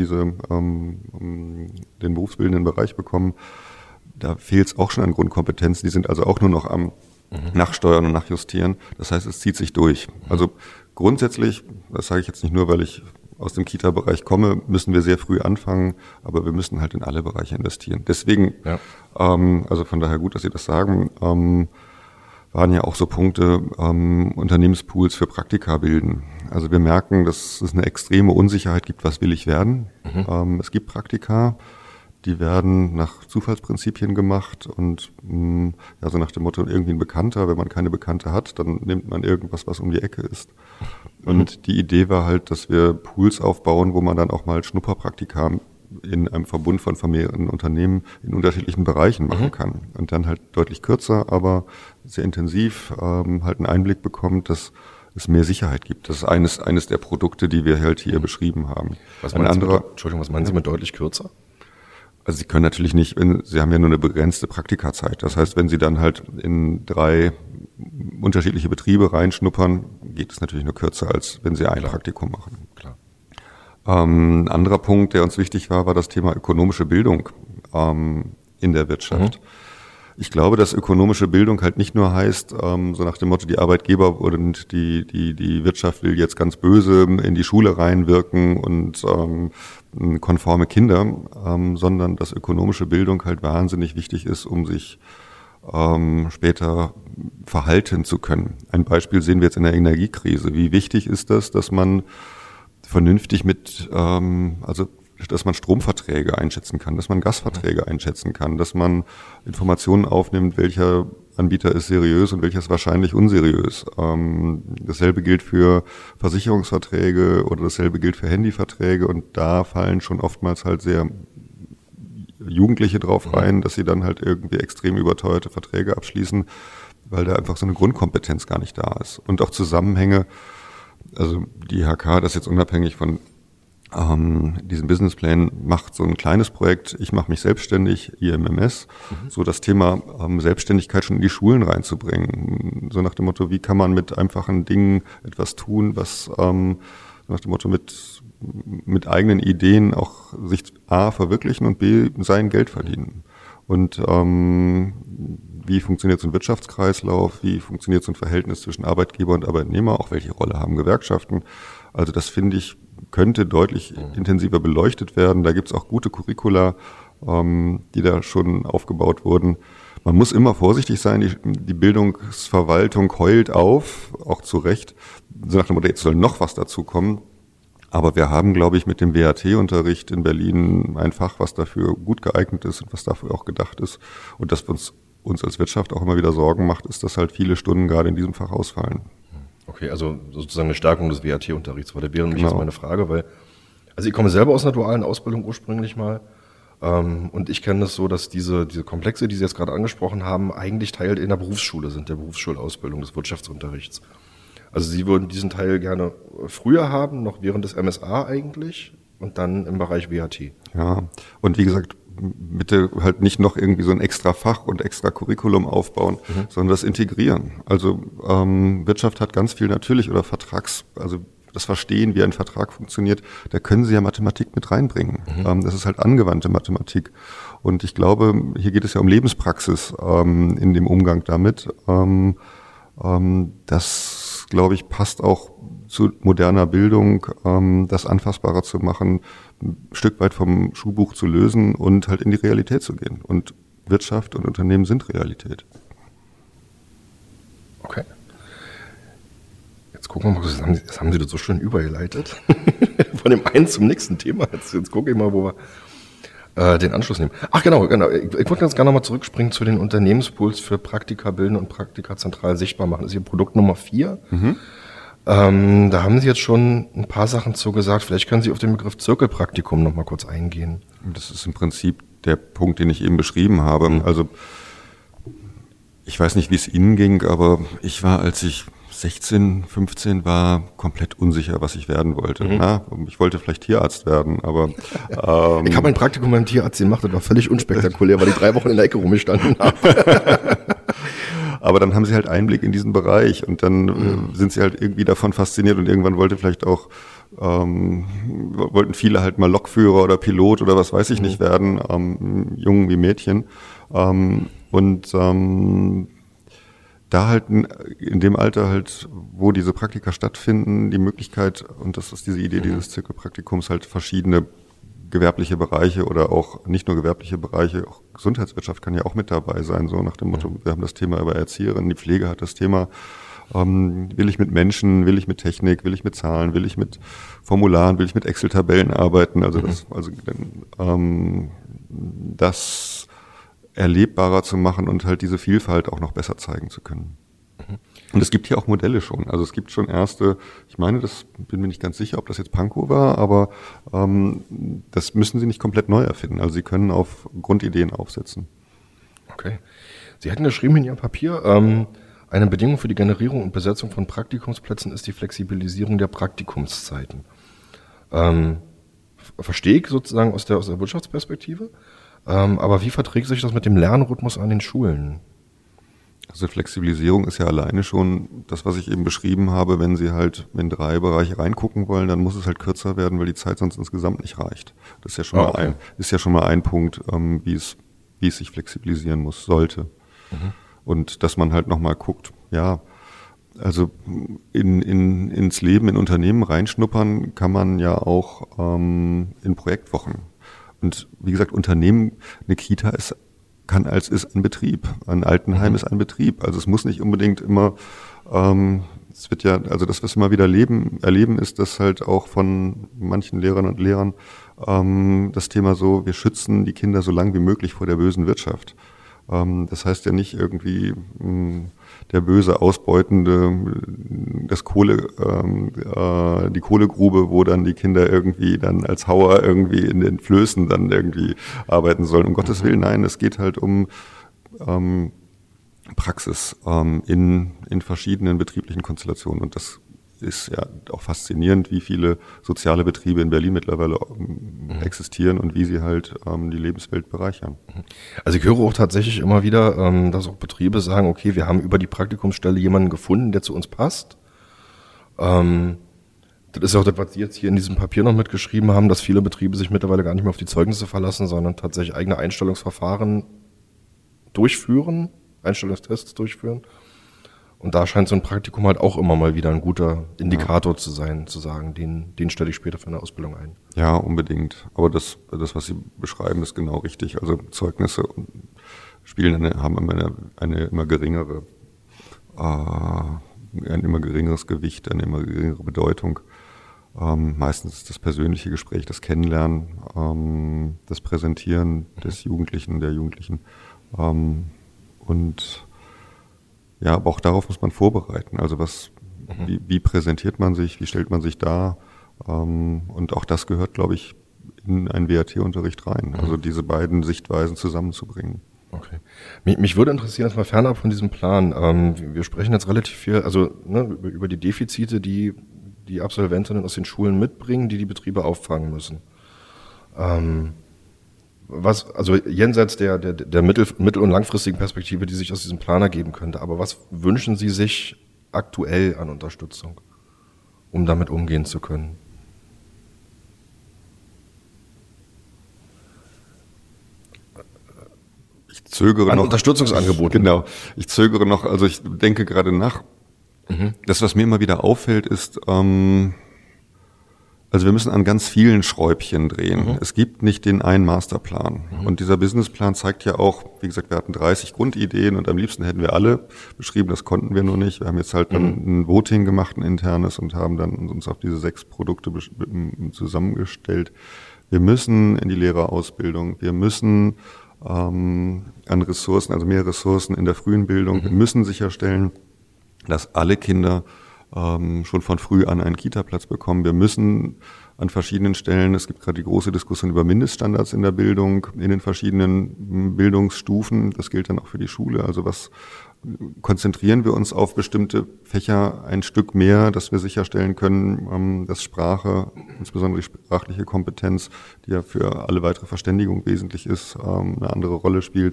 Speaker 1: den berufsbildenden Bereich bekommen, da fehlt es auch schon an Grundkompetenzen, die sind also auch nur noch am Nachsteuern und Nachjustieren. Das heißt, es zieht sich durch. Also grundsätzlich, das sage ich jetzt nicht nur, weil ich aus dem Kita-Bereich komme, müssen wir sehr früh anfangen, aber wir müssen halt in alle Bereiche investieren. Deswegen, also von daher gut, dass Sie das sagen, waren ja auch so Punkte, Unternehmenspools für Praktika bilden. Also wir merken, dass es eine extreme Unsicherheit gibt, was will ich werden. Es gibt Praktika, die werden nach Zufallsprinzipien gemacht und so nach dem Motto, irgendwie ein Bekannter, wenn man keine Bekannte hat, dann nimmt man irgendwas, was um die Ecke ist. Und die Idee war halt, dass wir Pools aufbauen, wo man dann auch mal Schnupperpraktika in einem Verbund von mehreren Unternehmen in unterschiedlichen Bereichen machen kann. Und dann halt deutlich kürzer, aber sehr intensiv halt einen Einblick bekommt, dass es mehr Sicherheit gibt. Das ist eines der Produkte, die wir halt hier beschrieben haben.
Speaker 2: Was meinen Sie mit deutlich kürzer?
Speaker 1: Also Sie können natürlich nicht, Sie haben ja nur eine begrenzte Praktikazeit. Das heißt, wenn Sie dann halt in 3 unterschiedliche Betriebe reinschnuppern, geht es natürlich nur kürzer, als wenn Sie ein Praktikum machen.
Speaker 2: Klar.
Speaker 1: Ein anderer Punkt, der uns wichtig war das Thema ökonomische Bildung in der Wirtschaft. Ich glaube, dass ökonomische Bildung halt nicht nur heißt, so nach dem Motto, die Arbeitgeber und die Wirtschaft will jetzt ganz böse in die Schule reinwirken und konforme Kinder, sondern dass ökonomische Bildung halt wahnsinnig wichtig ist, um sich später verhalten zu können. Ein Beispiel sehen wir jetzt in der Energiekrise. Wie wichtig ist das, dass man vernünftig dass man Stromverträge einschätzen kann, dass man Gasverträge einschätzen kann, dass man Informationen aufnimmt, welcher Anbieter ist seriös und welcher ist wahrscheinlich unseriös. Dasselbe gilt für Versicherungsverträge oder dasselbe gilt für Handyverträge und da fallen schon oftmals halt sehr Jugendliche drauf rein, dass sie dann halt irgendwie extrem überteuerte Verträge abschließen, weil da einfach so eine Grundkompetenz gar nicht da ist. Und auch Zusammenhänge, also die IHK, das jetzt unabhängig von diesen Businessplan macht so ein kleines Projekt, ich mache mich selbstständig, IMMS, so das Thema Selbstständigkeit schon in die Schulen reinzubringen. So nach dem Motto, wie kann man mit einfachen Dingen etwas tun, was so nach dem Motto mit eigenen Ideen auch sich A verwirklichen und B sein Geld verdienen. Und wie funktioniert so ein Wirtschaftskreislauf, wie funktioniert so ein Verhältnis zwischen Arbeitgeber und Arbeitnehmer, auch welche Rolle haben Gewerkschaften. Also das finde ich könnte deutlich intensiver beleuchtet werden. Da gibt es auch gute Curricula, die da schon aufgebaut wurden. Man muss immer vorsichtig sein, die Bildungsverwaltung heult auf, auch zu Recht, so nach dem Motto, jetzt soll noch was dazu kommen. Aber wir haben, glaube ich, mit dem WAT-Unterricht in Berlin ein Fach, was dafür gut geeignet ist und was dafür auch gedacht ist. Und das uns als Wirtschaft auch immer wieder Sorgen macht, ist, dass halt viele Stunden gerade in diesem Fach ausfallen.
Speaker 2: Okay, also sozusagen eine Stärkung des WAT-Unterrichts war. Da wäre nämlich jetzt meine Frage, weil, also ich komme selber aus einer dualen Ausbildung ursprünglich mal. Und ich kenne das so, dass diese Komplexe, die Sie jetzt gerade angesprochen haben, eigentlich Teil in der Berufsschule sind, der Berufsschulausbildung, des Wirtschaftsunterrichts. Also Sie würden diesen Teil gerne früher haben, noch während des MSA eigentlich und dann im Bereich WAT.
Speaker 1: Ja, und wie gesagt, bitte halt nicht noch irgendwie so ein extra Fach und extra Curriculum aufbauen, sondern das integrieren. Also Wirtschaft hat ganz viel natürlich oder also das Verstehen, wie ein Vertrag funktioniert, da können Sie ja Mathematik mit reinbringen. Das ist halt angewandte Mathematik. Und ich glaube, hier geht es ja um Lebenspraxis in dem Umgang damit. Das, glaube ich, passt auch zu moderner Bildung, das anfassbarer zu machen, ein Stück weit vom Schulbuch zu lösen und halt in die Realität zu gehen. Und Wirtschaft und Unternehmen sind Realität.
Speaker 2: Okay. Jetzt gucken wir mal, das haben Sie das so schön übergeleitet. Von dem einen zum nächsten Thema. Jetzt gucke ich mal, wo wir den Anschluss nehmen. Ach genau. Ich wollte ganz gerne nochmal zurückspringen zu den Unternehmenspools für Praktika bilden und Praktika zentral sichtbar machen. Das ist Ihr Produkt Nummer 4. Da haben Sie jetzt schon ein paar Sachen zu gesagt. Vielleicht können Sie auf den Begriff Zirkelpraktikum nochmal kurz eingehen.
Speaker 1: Das ist im Prinzip der Punkt, den ich eben beschrieben habe. Also ich weiß nicht, wie es Ihnen ging, aber ich war, als ich 16, 15 war, komplett unsicher, was ich werden wollte. Ich wollte vielleicht Tierarzt werden, aber
Speaker 2: ich habe ein Praktikum beim Tierarzt gemacht, das war völlig unspektakulär, weil ich 3 Wochen in der Ecke rumgestanden habe.
Speaker 1: Aber dann haben sie halt Einblick in diesen Bereich und dann sind sie halt irgendwie davon fasziniert und irgendwann wollten viele halt mal Lokführer oder Pilot oder was weiß ich nicht werden, Jungen wie Mädchen. Da halt in dem Alter halt, wo diese Praktika stattfinden, die Möglichkeit, und das ist diese Idee dieses Zirkelpraktikums, halt verschiedene gewerbliche Bereiche oder auch nicht nur gewerbliche Bereiche, auch Gesundheitswirtschaft kann ja auch mit dabei sein, so nach dem Motto, wir haben das Thema über Erzieherinnen, die Pflege hat das Thema, will ich mit Menschen, will ich mit Technik, will ich mit Zahlen, will ich mit Formularen, will ich mit Excel-Tabellen arbeiten, das erlebbarer zu machen und halt diese Vielfalt auch noch besser zeigen zu können. Und es gibt hier auch Modelle schon. Also es gibt schon erste, ich meine, bin mir nicht ganz sicher, ob das jetzt Pankow war, aber das müssen Sie nicht komplett neu erfinden. Also Sie können auf Grundideen aufsetzen.
Speaker 2: Okay. Sie hatten geschrieben in Ihrem Papier, eine Bedingung für die Generierung und Besetzung von Praktikumsplätzen ist die Flexibilisierung der Praktikumszeiten. Verstehe ich sozusagen aus der Wirtschaftsperspektive. Aber wie verträgt sich das mit dem Lernrhythmus an den Schulen?
Speaker 1: Also Flexibilisierung ist ja alleine schon das, was ich eben beschrieben habe. Wenn Sie halt in 3 Bereiche reingucken wollen, dann muss es halt kürzer werden, weil die Zeit sonst insgesamt nicht reicht. Das ist ja schon mal ein Punkt, wie es sich flexibilisieren sollte. Und dass man halt nochmal guckt, ja, also ins Leben, in Unternehmen reinschnuppern kann man ja auch in Projektwochen. Und wie gesagt, Unternehmen, eine Kita ist ein Betrieb. Ein Altenheim ist ein Betrieb. Also es muss nicht unbedingt immer, es wird ja, also das, was wir immer wieder erleben, ist, dass halt auch von manchen Lehrerinnen und Lehrern das Thema so, wir schützen die Kinder so lange wie möglich vor der bösen Wirtschaft. Das heißt ja nicht irgendwie der böse Ausbeutende, die Kohlegrube, wo dann die Kinder irgendwie dann als Hauer irgendwie in den Flößen dann irgendwie arbeiten sollen. Um Gottes Willen, nein, es geht halt um Praxis in verschiedenen betrieblichen Konstellationen. Und das ist ja auch faszinierend, wie viele soziale Betriebe in Berlin mittlerweile existieren und wie sie halt die Lebenswelt bereichern.
Speaker 2: Also ich höre auch tatsächlich immer wieder, dass auch Betriebe sagen, okay, wir haben über die Praktikumsstelle jemanden gefunden, der zu uns passt. Das ist ja auch das, was Sie jetzt hier in diesem Papier noch mitgeschrieben haben, dass viele Betriebe sich mittlerweile gar nicht mehr auf die Zeugnisse verlassen, sondern tatsächlich eigene Einstellungsverfahren durchführen, Einstellungstests durchführen. Und da scheint so ein Praktikum halt auch immer mal wieder ein guter Indikator zu sein, zu sagen, den stelle ich später für eine Ausbildung ein.
Speaker 1: Ja, unbedingt. Aber das, was Sie beschreiben, ist genau richtig. Also Zeugnisse haben immer ein immer geringeres Gewicht, eine immer geringere Bedeutung. Meistens ist das persönliche Gespräch, das Kennenlernen, das Präsentieren des Jugendlichen, der Jugendlichen. Und ja, aber auch darauf muss man vorbereiten. Also wie präsentiert man sich, wie stellt man sich dar? Und auch das gehört, glaube ich, in einen WAT-Unterricht rein. Also diese beiden Sichtweisen zusammenzubringen.
Speaker 2: Okay. Mich würde interessieren, erstmal fernab von diesem Plan. Wir sprechen jetzt relativ viel, also über die Defizite, die Absolventinnen aus den Schulen mitbringen, die Betriebe auffangen müssen. Also jenseits der mittel- und langfristigen Perspektive, die sich aus diesem Plan ergeben könnte, aber was wünschen Sie sich aktuell an Unterstützung, um damit umgehen zu können?
Speaker 1: Ich zögere noch.
Speaker 2: Unterstützungsangebote.
Speaker 1: Genau. Ich zögere noch, also ich denke gerade nach. Das, was mir immer wieder auffällt, ist, also wir müssen an ganz vielen Schräubchen drehen. Es gibt nicht den einen Masterplan. Und dieser Businessplan zeigt ja auch, wie gesagt, wir hatten 30 Grundideen und am liebsten hätten wir alle beschrieben, das konnten wir nur nicht. Wir haben jetzt halt dann ein Voting gemacht, ein internes, und haben dann uns auf diese 6 Produkte zusammengestellt. Wir müssen in die Lehrerausbildung, wir müssen an Ressourcen, also mehr Ressourcen in der frühen Bildung, wir müssen sicherstellen, dass alle Kinder schon von früh an einen Kita-Platz bekommen. Wir müssen an verschiedenen Stellen, es gibt gerade die große Diskussion über Mindeststandards in der Bildung, in den verschiedenen Bildungsstufen. Das gilt dann auch für die Schule. Also konzentrieren wir uns auf bestimmte Fächer ein Stück mehr, dass wir sicherstellen können, dass Sprache, insbesondere die sprachliche Kompetenz, die ja für alle weitere Verständigung wesentlich ist, eine andere Rolle spielt.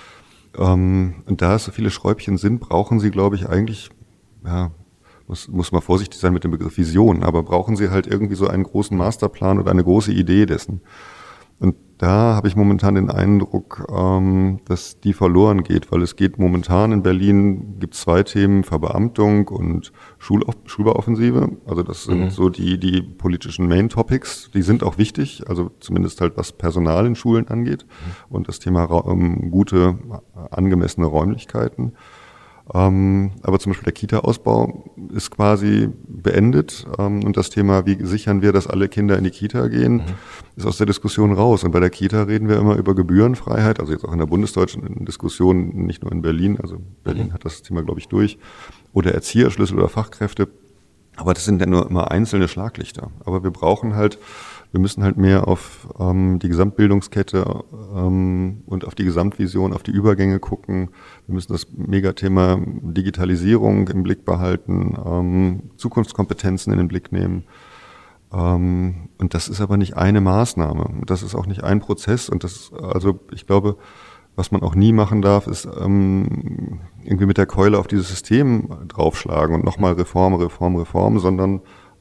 Speaker 1: Und da es so viele Schräubchen sind, brauchen Sie, glaube ich, eigentlich, ja, muss man vorsichtig sein mit dem Begriff Vision, aber brauchen Sie halt irgendwie so einen großen Masterplan oder eine große Idee dessen. Und da habe ich momentan den Eindruck, dass die verloren geht, weil es geht momentan in Berlin, gibt 2 Themen, Verbeamtung und Schulbauoffensive. Also das sind so die politischen Main Topics, die sind auch wichtig, also zumindest halt was Personal in Schulen angeht und das Thema gute, angemessene Räumlichkeiten. Aber zum Beispiel der Kita-Ausbau ist quasi beendet und das Thema, wie sichern wir, dass alle Kinder in die Kita gehen, ist aus der Diskussion raus. Und bei der Kita reden wir immer über Gebührenfreiheit, also jetzt auch in der bundesdeutschen Diskussion, nicht nur in Berlin, also Berlin hat das Thema, glaube ich, durch, oder Erzieherschlüssel oder Fachkräfte. Aber das sind ja nur immer einzelne Schlaglichter. Aber wir müssen halt mehr auf die Gesamtbildungskette und auf die Gesamtvision, auf die Übergänge gucken. Wir müssen das Megathema Digitalisierung im Blick behalten, Zukunftskompetenzen in den Blick nehmen. Und das ist aber nicht eine Maßnahme. Das ist auch nicht ein Prozess. Und also ich glaube, was man auch nie machen darf, ist irgendwie mit der Keule auf dieses System draufschlagen und nochmal Reform, sondern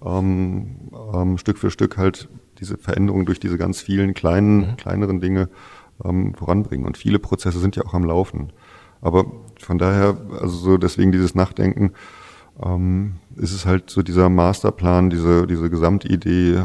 Speaker 1: Stück für Stück halt diese Veränderung durch diese ganz vielen kleineren Dinge voranbringen. Und viele Prozesse sind ja auch am Laufen. Aber von daher, also so deswegen dieses Nachdenken, ist es halt so dieser Masterplan, diese Gesamtidee,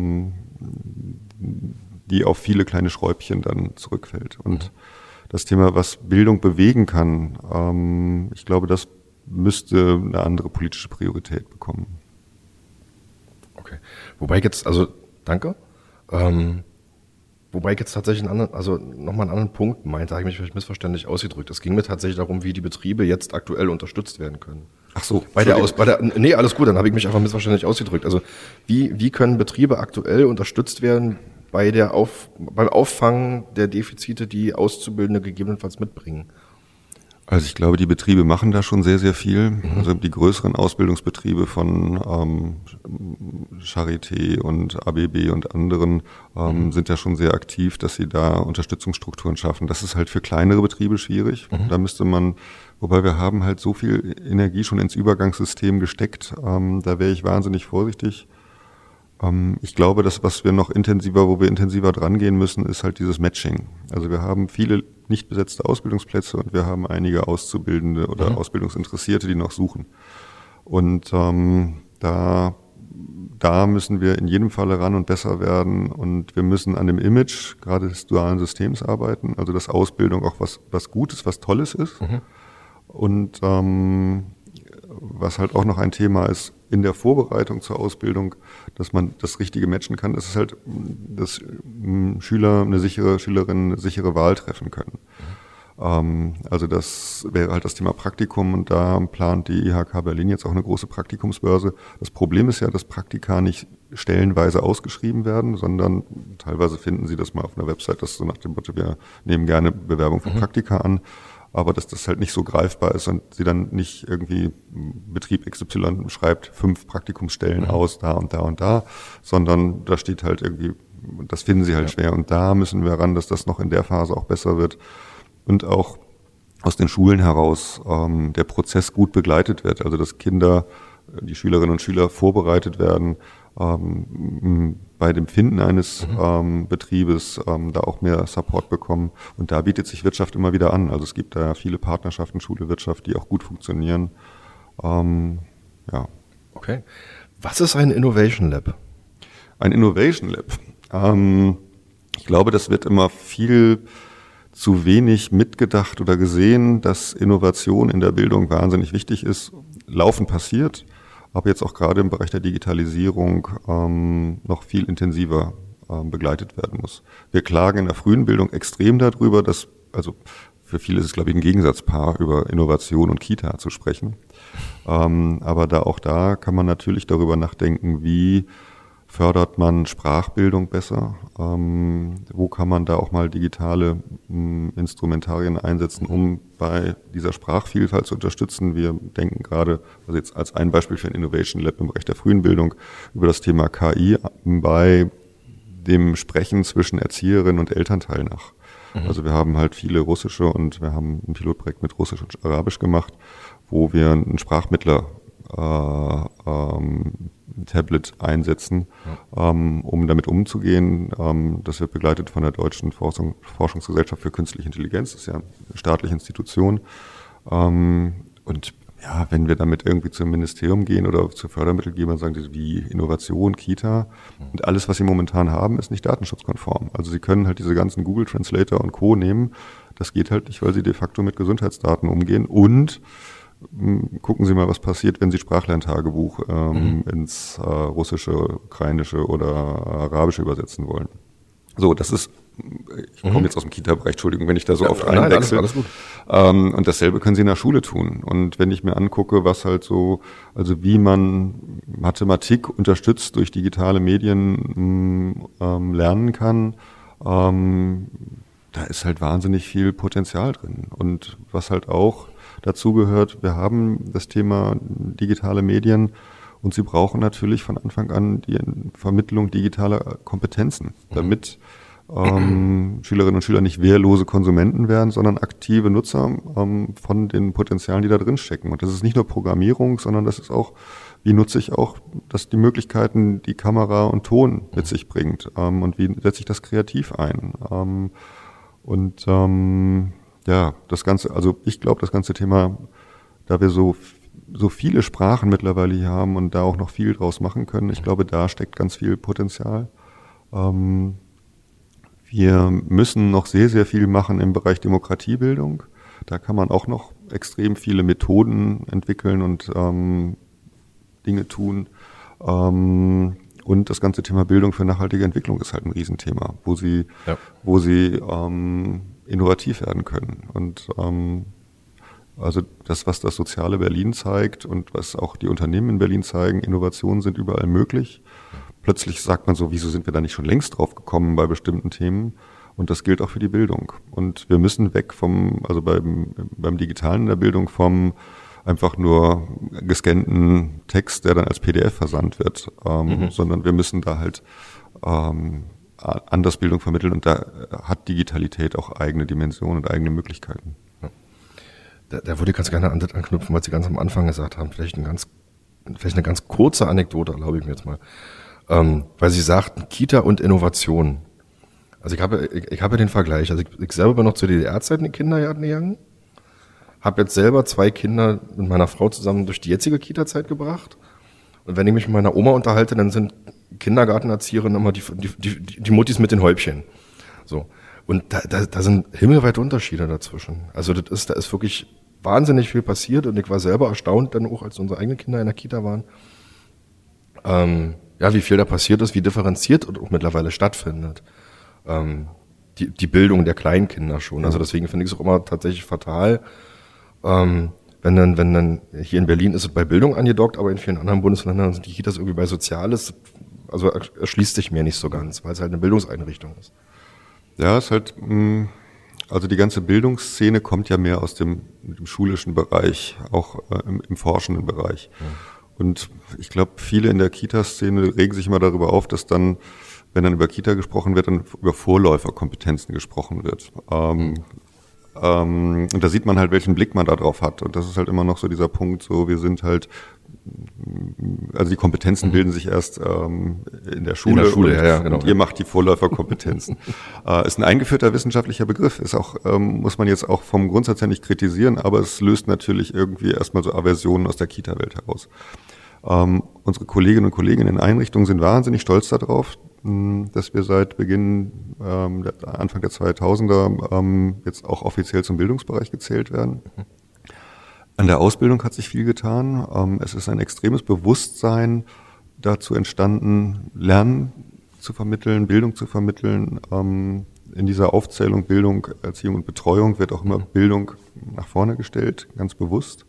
Speaker 1: die auf viele kleine Schräubchen dann zurückfällt. Und das Thema, was Bildung bewegen kann, ich glaube, das müsste eine andere politische Priorität bekommen.
Speaker 2: Okay. Wobei jetzt, also danke. Wobei ich jetzt tatsächlich nochmal einen anderen Punkt meinte, habe ich mich vielleicht missverständlich ausgedrückt. Es ging mir tatsächlich darum, wie die Betriebe jetzt aktuell unterstützt werden können.
Speaker 1: Ach so.
Speaker 2: Nee, alles gut, dann habe ich mich einfach missverständlich ausgedrückt. Also wie können Betriebe aktuell unterstützt werden beim Auffangen der Defizite, die Auszubildende gegebenenfalls mitbringen?
Speaker 1: Also ich glaube, die Betriebe machen da schon sehr, sehr viel. Also die größeren Ausbildungsbetriebe von Charité und ABB und anderen sind ja schon sehr aktiv, dass sie da Unterstützungsstrukturen schaffen. Das ist halt für kleinere Betriebe schwierig. Da müsste man, wobei wir haben halt so viel Energie schon ins Übergangssystem gesteckt, da wäre ich wahnsinnig vorsichtig. Ich glaube, das, wo wir intensiver dran gehen müssen, ist halt dieses Matching. Also wir haben viele nicht besetzte Ausbildungsplätze und wir haben einige Auszubildende oder Ausbildungsinteressierte, die noch suchen. Und da müssen wir in jedem Falle ran und besser werden. Und wir müssen an dem Image gerade des dualen Systems arbeiten. Also dass Ausbildung auch was Gutes, was Tolles ist. Und was halt auch noch ein Thema ist in der Vorbereitung zur Ausbildung, dass man das Richtige matchen kann, das ist halt, dass Schülerin eine sichere Wahl treffen können. Also das wäre halt das Thema Praktikum und da plant die IHK Berlin jetzt auch eine große Praktikumsbörse. Das Problem ist ja, dass Praktika nicht stellenweise ausgeschrieben werden, sondern teilweise finden Sie das mal auf einer Website, das so nach dem Motto, wir nehmen gerne Bewerbung für Praktika an. Aber dass das halt nicht so greifbar ist und sie dann nicht irgendwie Betrieb XY schreibt 5 Praktikumsstellen aus, da und da und da, sondern da steht halt irgendwie, das finden sie halt schwer. Und da müssen wir ran, dass das noch in der Phase auch besser wird und auch aus den Schulen heraus der Prozess gut begleitet wird. Also dass die Schülerinnen und Schüler vorbereitet werden, bei dem Finden eines Betriebes da auch mehr Support bekommen. Und da bietet sich Wirtschaft immer wieder an. Also es gibt da viele Partnerschaften, Schule, Wirtschaft, die auch gut funktionieren.
Speaker 2: Okay. Was ist ein Innovation Lab?
Speaker 1: Ein Innovation Lab. Ich glaube, das wird immer viel zu wenig mitgedacht oder gesehen, dass Innovation in der Bildung wahnsinnig wichtig ist, laufend passiert, aber jetzt auch gerade im Bereich der Digitalisierung noch viel intensiver begleitet werden muss. Wir klagen in der frühen Bildung extrem darüber, also für viele ist es, glaube ich, ein Gegensatzpaar, über Innovation und Kita zu sprechen. Aber da kann man natürlich darüber nachdenken, wie fördert man Sprachbildung besser? Wo kann man da auch mal digitale Instrumentarien einsetzen, um bei dieser Sprachvielfalt zu unterstützen? Wir denken gerade, also jetzt als ein Beispiel für ein Innovation Lab im Bereich der frühen Bildung, über das Thema KI bei dem Sprechen zwischen Erzieherinnen und Elternteil nach. Also wir haben halt viele russische und wir haben ein Pilotprojekt mit Russisch und Arabisch gemacht, wo wir einen Sprachmittler Tablet einsetzen, um damit umzugehen. Das wird begleitet von der Deutschen Forschungsgesellschaft für Künstliche Intelligenz. Das ist ja eine staatliche Institution. Und ja, wenn wir damit irgendwie zum Ministerium gehen oder zu Fördermittelgebern, sagen die, wie Innovation, Kita und alles, was sie momentan haben, ist nicht datenschutzkonform. Also sie können halt diese ganzen Google Translator und Co. nehmen. Das geht halt nicht, weil sie de facto mit Gesundheitsdaten umgehen und gucken Sie mal, was passiert, wenn Sie Sprachlerntagebuch ins Russische, Ukrainische oder Arabische übersetzen wollen. So, das ist, ich komme jetzt aus dem Kita-Bereich, Entschuldigung, wenn ich da so oft reinwechsel. Alles gut. Und dasselbe können Sie in der Schule tun. Und wenn ich mir angucke, was halt so, also wie man Mathematik unterstützt durch digitale Medien lernen kann, da ist halt wahnsinnig viel Potenzial drin. Und was halt auch dazu gehört, wir haben das Thema digitale Medien und sie brauchen natürlich von Anfang an die Vermittlung digitaler Kompetenzen, damit Schülerinnen und Schüler nicht wehrlose Konsumenten werden, sondern aktive Nutzer von den Potenzialen, die da drin stecken. Und das ist nicht nur Programmierung, sondern das ist auch, wie nutze ich auch die Möglichkeiten, die Kamera und Ton mit sich bringt und wie setze ich das kreativ ein. Ja, das Ganze, also ich glaube, das ganze Thema, da wir so viele Sprachen mittlerweile hier haben und da auch noch viel draus machen können, ich glaube, da steckt ganz viel Potenzial. Wir müssen noch sehr, sehr viel machen im Bereich Demokratiebildung. Da kann man auch noch extrem viele Methoden entwickeln und Dinge tun. Und das ganze Thema Bildung für nachhaltige Entwicklung ist halt ein Riesenthema, wo sie innovativ werden können. Und also das, was das soziale Berlin zeigt und was auch die Unternehmen in Berlin zeigen, Innovationen sind überall möglich. Plötzlich sagt man so, wieso sind wir da nicht schon längst drauf gekommen bei bestimmten Themen? Und das gilt auch für die Bildung. Und wir müssen weg also beim Digitalen in der Bildung vom einfach nur gescannten Text, der dann als PDF versandt wird, sondern wir müssen da halt anders Bildung vermitteln und da hat Digitalität auch eigene Dimensionen und eigene Möglichkeiten.
Speaker 2: Da würde ich ganz gerne anknüpfen, was Sie ganz am Anfang gesagt haben. Vielleicht eine ganz kurze Anekdote, erlaube ich mir jetzt mal. weil Sie sagten, Kita und Innovation. Also ich habe den Vergleich. Also ich selber bin noch zu DDR-Zeiten in den Kindergarten gegangen, habe jetzt selber 2 Kinder mit meiner Frau zusammen durch die jetzige Kita-Zeit gebracht. Und wenn ich mich mit meiner Oma unterhalte, dann sind Kindergartenerzieherinnen immer die Muttis mit den Häubchen. So. Und da sind himmelweite Unterschiede dazwischen. Also da ist wirklich wahnsinnig viel passiert und ich war selber erstaunt, dann auch als unsere eigenen Kinder in der Kita waren, wie viel da passiert ist, wie differenziert und auch mittlerweile stattfindet. Die Bildung der Kleinkinder schon. Also deswegen finde ich es auch immer tatsächlich fatal, wenn dann hier in Berlin ist es bei Bildung angedockt, aber in vielen anderen Bundesländern sind die Kitas irgendwie bei Soziales. Also erschließt sich mir nicht so ganz, weil es halt eine Bildungseinrichtung ist.
Speaker 1: Ja, es ist halt, also die ganze Bildungsszene kommt ja mehr aus dem schulischen Bereich, auch im forschenden Bereich. Ja. Und ich glaube, viele in der Kita-Szene regen sich immer darüber auf, dass dann, wenn dann über Kita gesprochen wird, dann über Vorläuferkompetenzen gesprochen wird. Und da sieht man halt, welchen Blick man da drauf hat. Und das ist halt immer noch so dieser Punkt, so wir sind halt, also die Kompetenzen bilden sich erst in der Schule,
Speaker 2: genau.
Speaker 1: Und ihr macht die Vorläuferkompetenzen. Ist ein eingeführter wissenschaftlicher Begriff, ist auch, muss man jetzt auch vom Grundsatz her nicht kritisieren, aber es löst natürlich irgendwie erstmal so Aversionen aus der Kita-Welt heraus. Unsere Kolleginnen und Kollegen in den Einrichtungen sind wahnsinnig stolz darauf, dass wir seit Beginn, Anfang der 2000er, jetzt auch offiziell zum Bildungsbereich gezählt werden. An der Ausbildung hat sich viel getan. Es ist ein extremes Bewusstsein dazu entstanden, Lernen zu vermitteln, Bildung zu vermitteln. In dieser Aufzählung Bildung, Erziehung und Betreuung wird auch immer Bildung nach vorne gestellt, ganz bewusst.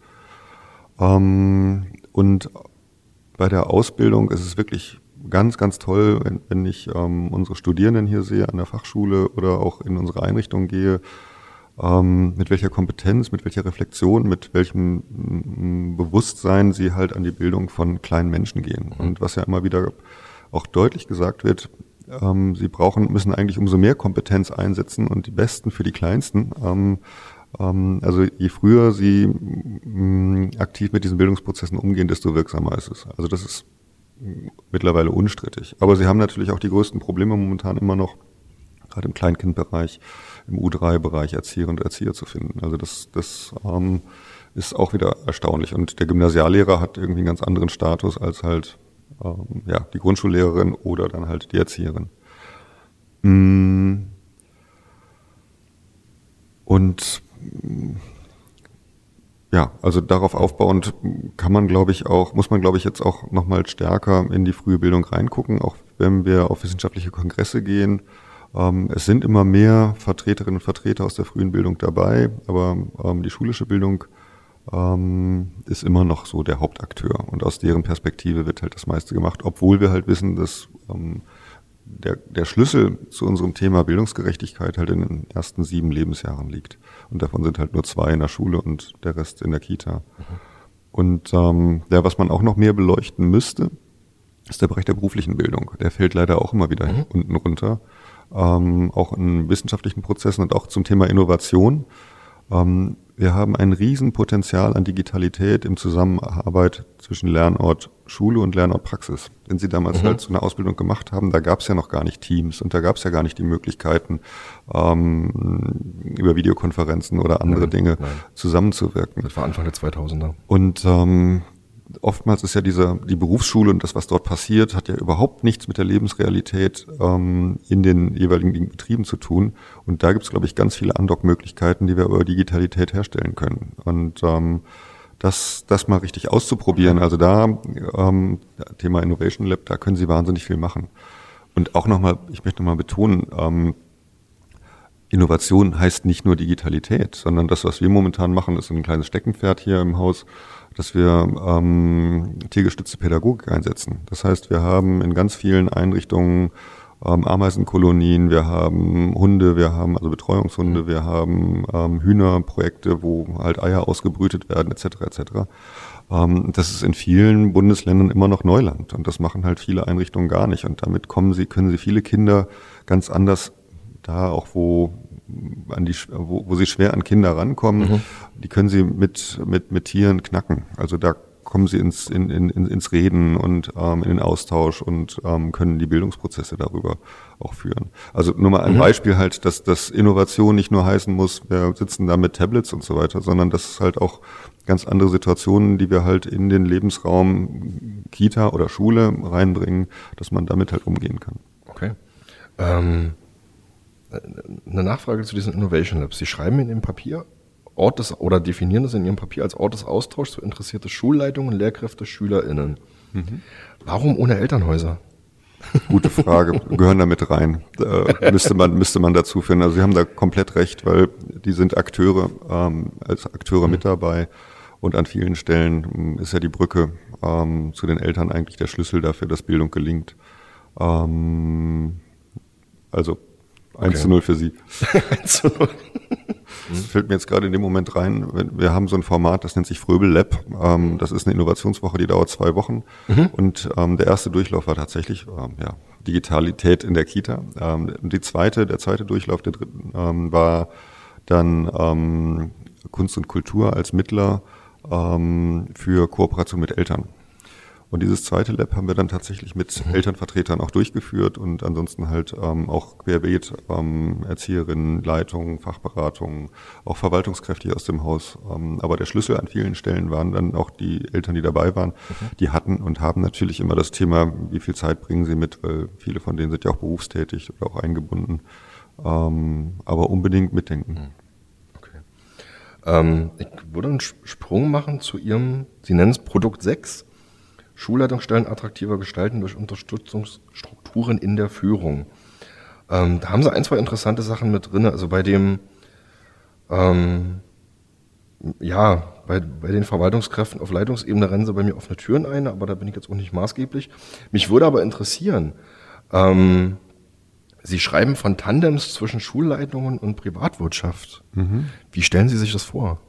Speaker 1: Und bei der Ausbildung ist es wirklich ganz, ganz toll, wenn ich unsere Studierenden hier sehe an der Fachschule oder auch in unsere Einrichtung gehe, mit welcher Kompetenz, mit welcher Reflexion, mit welchem Bewusstsein sie halt an die Bildung von kleinen Menschen gehen. Und was ja immer wieder auch deutlich gesagt wird, sie müssen eigentlich umso mehr Kompetenz einsetzen und die Besten für die Kleinsten. Also je früher sie aktiv mit diesen Bildungsprozessen umgehen, desto wirksamer ist es. Also das ist mittlerweile unstrittig. Aber sie haben natürlich auch die größten Probleme momentan immer noch, gerade im Kleinkindbereich, im U3-Bereich Erzieherinnen und Erzieher zu finden. Also das ist auch wieder erstaunlich. Und der Gymnasiallehrer hat irgendwie einen ganz anderen Status als halt die Grundschullehrerin oder dann halt die Erzieherin. Und ja, also darauf aufbauend muss man, glaube ich, jetzt auch nochmal stärker in die frühe Bildung reingucken, auch wenn wir auf wissenschaftliche Kongresse gehen. Es sind immer mehr Vertreterinnen und Vertreter aus der frühen Bildung dabei, aber die schulische Bildung ist immer noch so der Hauptakteur und aus deren Perspektive wird halt das meiste gemacht, obwohl wir halt wissen, dass der Schlüssel zu unserem Thema Bildungsgerechtigkeit halt in den ersten 7 Lebensjahren liegt. Und davon sind halt nur 2 in der Schule und der Rest in der Kita. Und was man auch noch mehr beleuchten müsste, ist der Bereich der beruflichen Bildung. Der fällt leider auch immer wieder unten runter. Auch in wissenschaftlichen Prozessen und auch zum Thema Innovation. Wir haben ein Riesenpotenzial an Digitalität im Zusammenarbeit zwischen Lernort Schule und Lernort Praxis. Wenn Sie damals halt so eine Ausbildung gemacht haben, da gab es ja noch gar nicht Teams und da gab es ja gar nicht die Möglichkeiten, über Videokonferenzen oder andere Dinge zusammenzuwirken.
Speaker 2: Das war Anfang der 2000er.
Speaker 1: Und oftmals ist ja die Berufsschule und das, was dort passiert, hat ja überhaupt nichts mit der Lebensrealität in den jeweiligen Betrieben zu tun. Und da gibt es, glaube ich, ganz viele Andockmöglichkeiten, die wir über Digitalität herstellen können. Und das mal richtig auszuprobieren, also Thema Innovation Lab, da können Sie wahnsinnig viel machen. Und auch ich möchte nochmal betonen, Innovation heißt nicht nur Digitalität, sondern das, was wir momentan machen, ist ein kleines Steckenpferd hier im Haus, dass wir tiergestützte Pädagogik einsetzen. Das heißt, wir haben in ganz vielen Einrichtungen Ameisenkolonien, wir haben Hunde, wir haben also Betreuungshunde, wir haben Hühnerprojekte, wo halt Eier ausgebrütet werden, etc. etc. Das ist in vielen Bundesländern immer noch Neuland und das machen halt viele Einrichtungen gar nicht. Und damit können sie viele Kinder ganz anders da auch wo sie schwer an Kinder rankommen, die können sie mit Tieren knacken. Also da kommen sie ins Reden und in den Austausch und können die Bildungsprozesse darüber auch führen. Also nur mal ein Beispiel halt, dass Innovation nicht nur heißen muss, wir sitzen da mit Tablets und so weiter, sondern dass es halt auch ganz andere Situationen, die wir halt in den Lebensraum Kita oder Schule reinbringen, dass man damit halt umgehen kann.
Speaker 2: Okay. Eine Nachfrage zu diesen Innovation Labs. Sie schreiben in Ihrem Papier oder definieren es in Ihrem Papier als Ort des Austauschs für interessierte Schulleitungen, Lehrkräfte, SchülerInnen. Warum ohne Elternhäuser?
Speaker 1: Gute Frage, gehören da mit rein. Müsste man dazu finden. Also Sie haben da komplett recht, weil die sind Akteure, als Akteure mit dabei und an vielen Stellen ist ja die Brücke zu den Eltern eigentlich der Schlüssel dafür, dass Bildung gelingt. Also 1:0 für Sie. 1:0. Das fällt mir jetzt gerade in dem Moment rein. Wir haben so ein Format, das nennt sich Fröbel Lab. Das ist eine Innovationswoche, die dauert 2 Wochen. Und der erste Durchlauf war tatsächlich Digitalität in der Kita. Der zweite Durchlauf, der dritten, war dann Kunst und Kultur als Mittler für Kooperation mit Eltern. Und dieses zweite Lab haben wir dann tatsächlich mit Elternvertretern auch durchgeführt und ansonsten halt auch querbeet Erzieherinnen, Leitungen, Fachberatungen, auch Verwaltungskräfte hier aus dem Haus. Aber der Schlüssel an vielen Stellen waren dann auch die Eltern, die dabei waren. Die hatten und haben natürlich immer das Thema, wie viel Zeit bringen sie mit, weil viele von denen sind ja auch berufstätig oder auch eingebunden. Aber unbedingt mitdenken.
Speaker 2: Okay. Ich würde einen Sprung machen zu Ihrem, Sie nennen es Produkt 6. Schulleitungsstellen attraktiver gestalten durch Unterstützungsstrukturen in der Führung. Da haben Sie 2 interessante Sachen mit drin. Also bei dem, bei den Verwaltungskräften auf Leitungsebene rennen Sie bei mir offene Türen ein, aber da bin ich jetzt auch nicht maßgeblich. Mich würde aber interessieren, Sie schreiben von Tandems zwischen Schulleitungen und Privatwirtschaft. Wie stellen Sie sich das vor?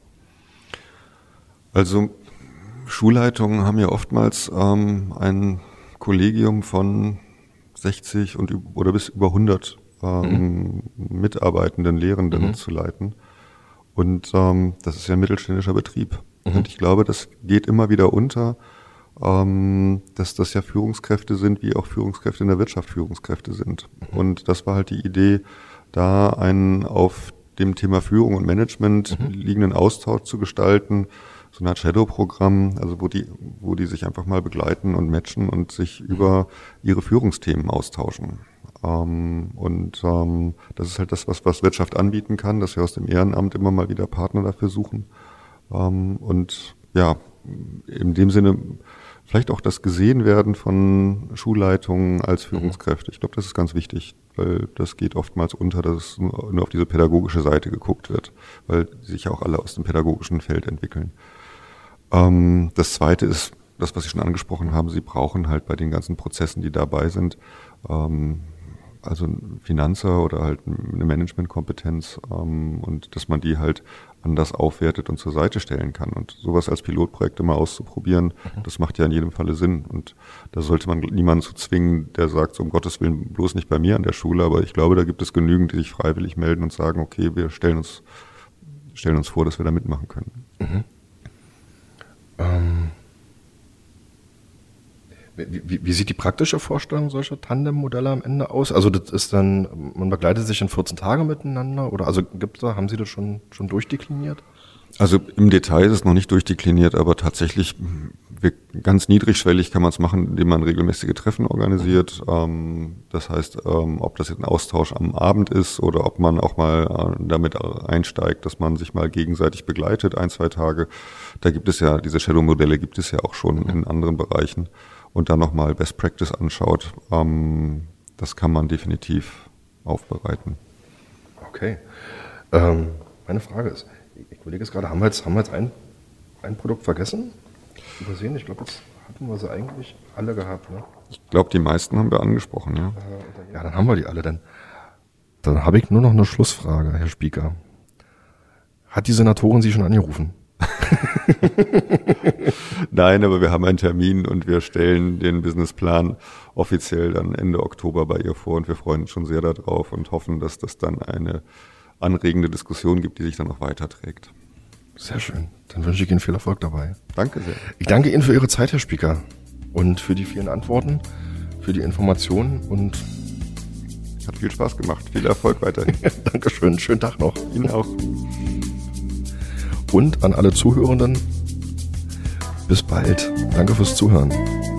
Speaker 1: Also Schulleitungen haben ja oftmals ein Kollegium von 60 oder bis über 100 mitarbeitenden Lehrenden zu leiten. Und das ist ja ein mittelständischer Betrieb. Und ich glaube, das geht immer wieder unter, dass das ja Führungskräfte sind, wie auch Führungskräfte in der Wirtschaft Führungskräfte sind. Und das war halt die Idee, da einen auf dem Thema Führung und Management liegenden Austausch zu gestalten, so eine Art Shadow-Programm, also wo die sich einfach mal begleiten und matchen und sich über ihre Führungsthemen austauschen. Das ist halt das, was Wirtschaft anbieten kann, dass wir aus dem Ehrenamt immer mal wieder Partner dafür suchen. Und ja, in dem Sinne vielleicht auch das Gesehen-werden von Schulleitungen als Führungskräfte. Ich glaube, das ist ganz wichtig, weil das geht oftmals unter, dass nur auf diese pädagogische Seite geguckt wird, weil sich ja auch alle aus dem pädagogischen Feld entwickeln. Das Zweite ist das, was Sie schon angesprochen haben. Sie brauchen halt bei den ganzen Prozessen, die dabei sind, also ein Finanzer oder halt eine Managementkompetenz und dass man die halt anders aufwertet und zur Seite stellen kann. Und sowas als Pilotprojekt immer auszuprobieren, das macht ja in jedem Falle Sinn. Und da sollte man niemanden zu zwingen, der sagt, so um Gottes Willen bloß nicht bei mir an der Schule. Aber ich glaube, da gibt es genügend, die sich freiwillig melden und sagen, okay, wir stellen uns vor, dass wir da mitmachen können.
Speaker 2: Wie sieht die praktische Vorstellung solcher Tandem-Modelle am Ende aus? Also das ist dann, man begleitet sich in 14 Tage miteinander oder also haben Sie das schon durchdekliniert?
Speaker 1: Also im Detail ist es noch nicht durchdekliniert, aber tatsächlich ganz niedrigschwellig kann man es machen, indem man regelmäßige Treffen organisiert. Das heißt, ob das jetzt ein Austausch am Abend ist oder ob man auch mal damit einsteigt, dass man sich mal gegenseitig begleitet, 1-2 Tage. Da gibt es ja, diese Shadow-Modelle gibt es ja auch schon in anderen Bereichen. Und dann nochmal Best Practice anschaut. Das kann man definitiv aufbereiten.
Speaker 2: Okay. Meine Frage ist, ich überlege es gerade, haben wir jetzt ein Produkt vergessen? Übersehen? Ich glaube, jetzt hatten wir sie eigentlich alle gehabt. Ne?
Speaker 1: Ich glaube, die meisten haben wir angesprochen. Ja,
Speaker 2: ja, dann haben wir die alle. Dann habe ich nur noch eine Schlussfrage, Herr Spieker. Hat die Senatorin Sie schon angerufen?
Speaker 1: Nein, aber wir haben einen Termin und wir stellen den Businessplan offiziell dann Ende Oktober bei ihr vor und wir freuen uns schon sehr darauf und hoffen, dass das dann eine anregende Diskussion gibt, die sich dann noch weiterträgt.
Speaker 2: Sehr schön. Dann wünsche ich Ihnen viel Erfolg dabei.
Speaker 1: Danke sehr.
Speaker 2: Ich danke Ihnen für Ihre Zeit, Herr Spieker. Und für die vielen Antworten, für die Informationen und
Speaker 1: hat viel Spaß gemacht. Viel Erfolg weiterhin.
Speaker 2: Dankeschön. Schönen Tag noch.
Speaker 1: Ihnen auch.
Speaker 2: Und an alle Zuhörenden, bis bald. Danke fürs Zuhören.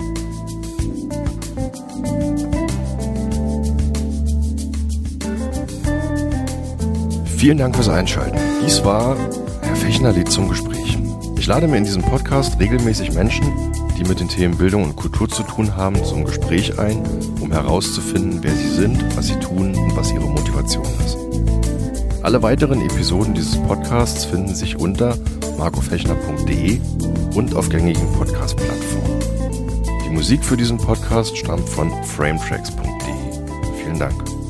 Speaker 2: Vielen Dank fürs Einschalten. Dies war Herr Fechner lädt zum Gespräch. Ich lade mir in diesem Podcast regelmäßig Menschen, die mit den Themen Bildung und Kultur zu tun haben, zum Gespräch ein, um herauszufinden, wer sie sind, was sie tun und was ihre Motivation ist. Alle weiteren Episoden dieses Podcasts finden sich unter marcofechner.de und auf gängigen Podcast-Plattformen. Die Musik für diesen Podcast stammt von frametracks.de. Vielen Dank.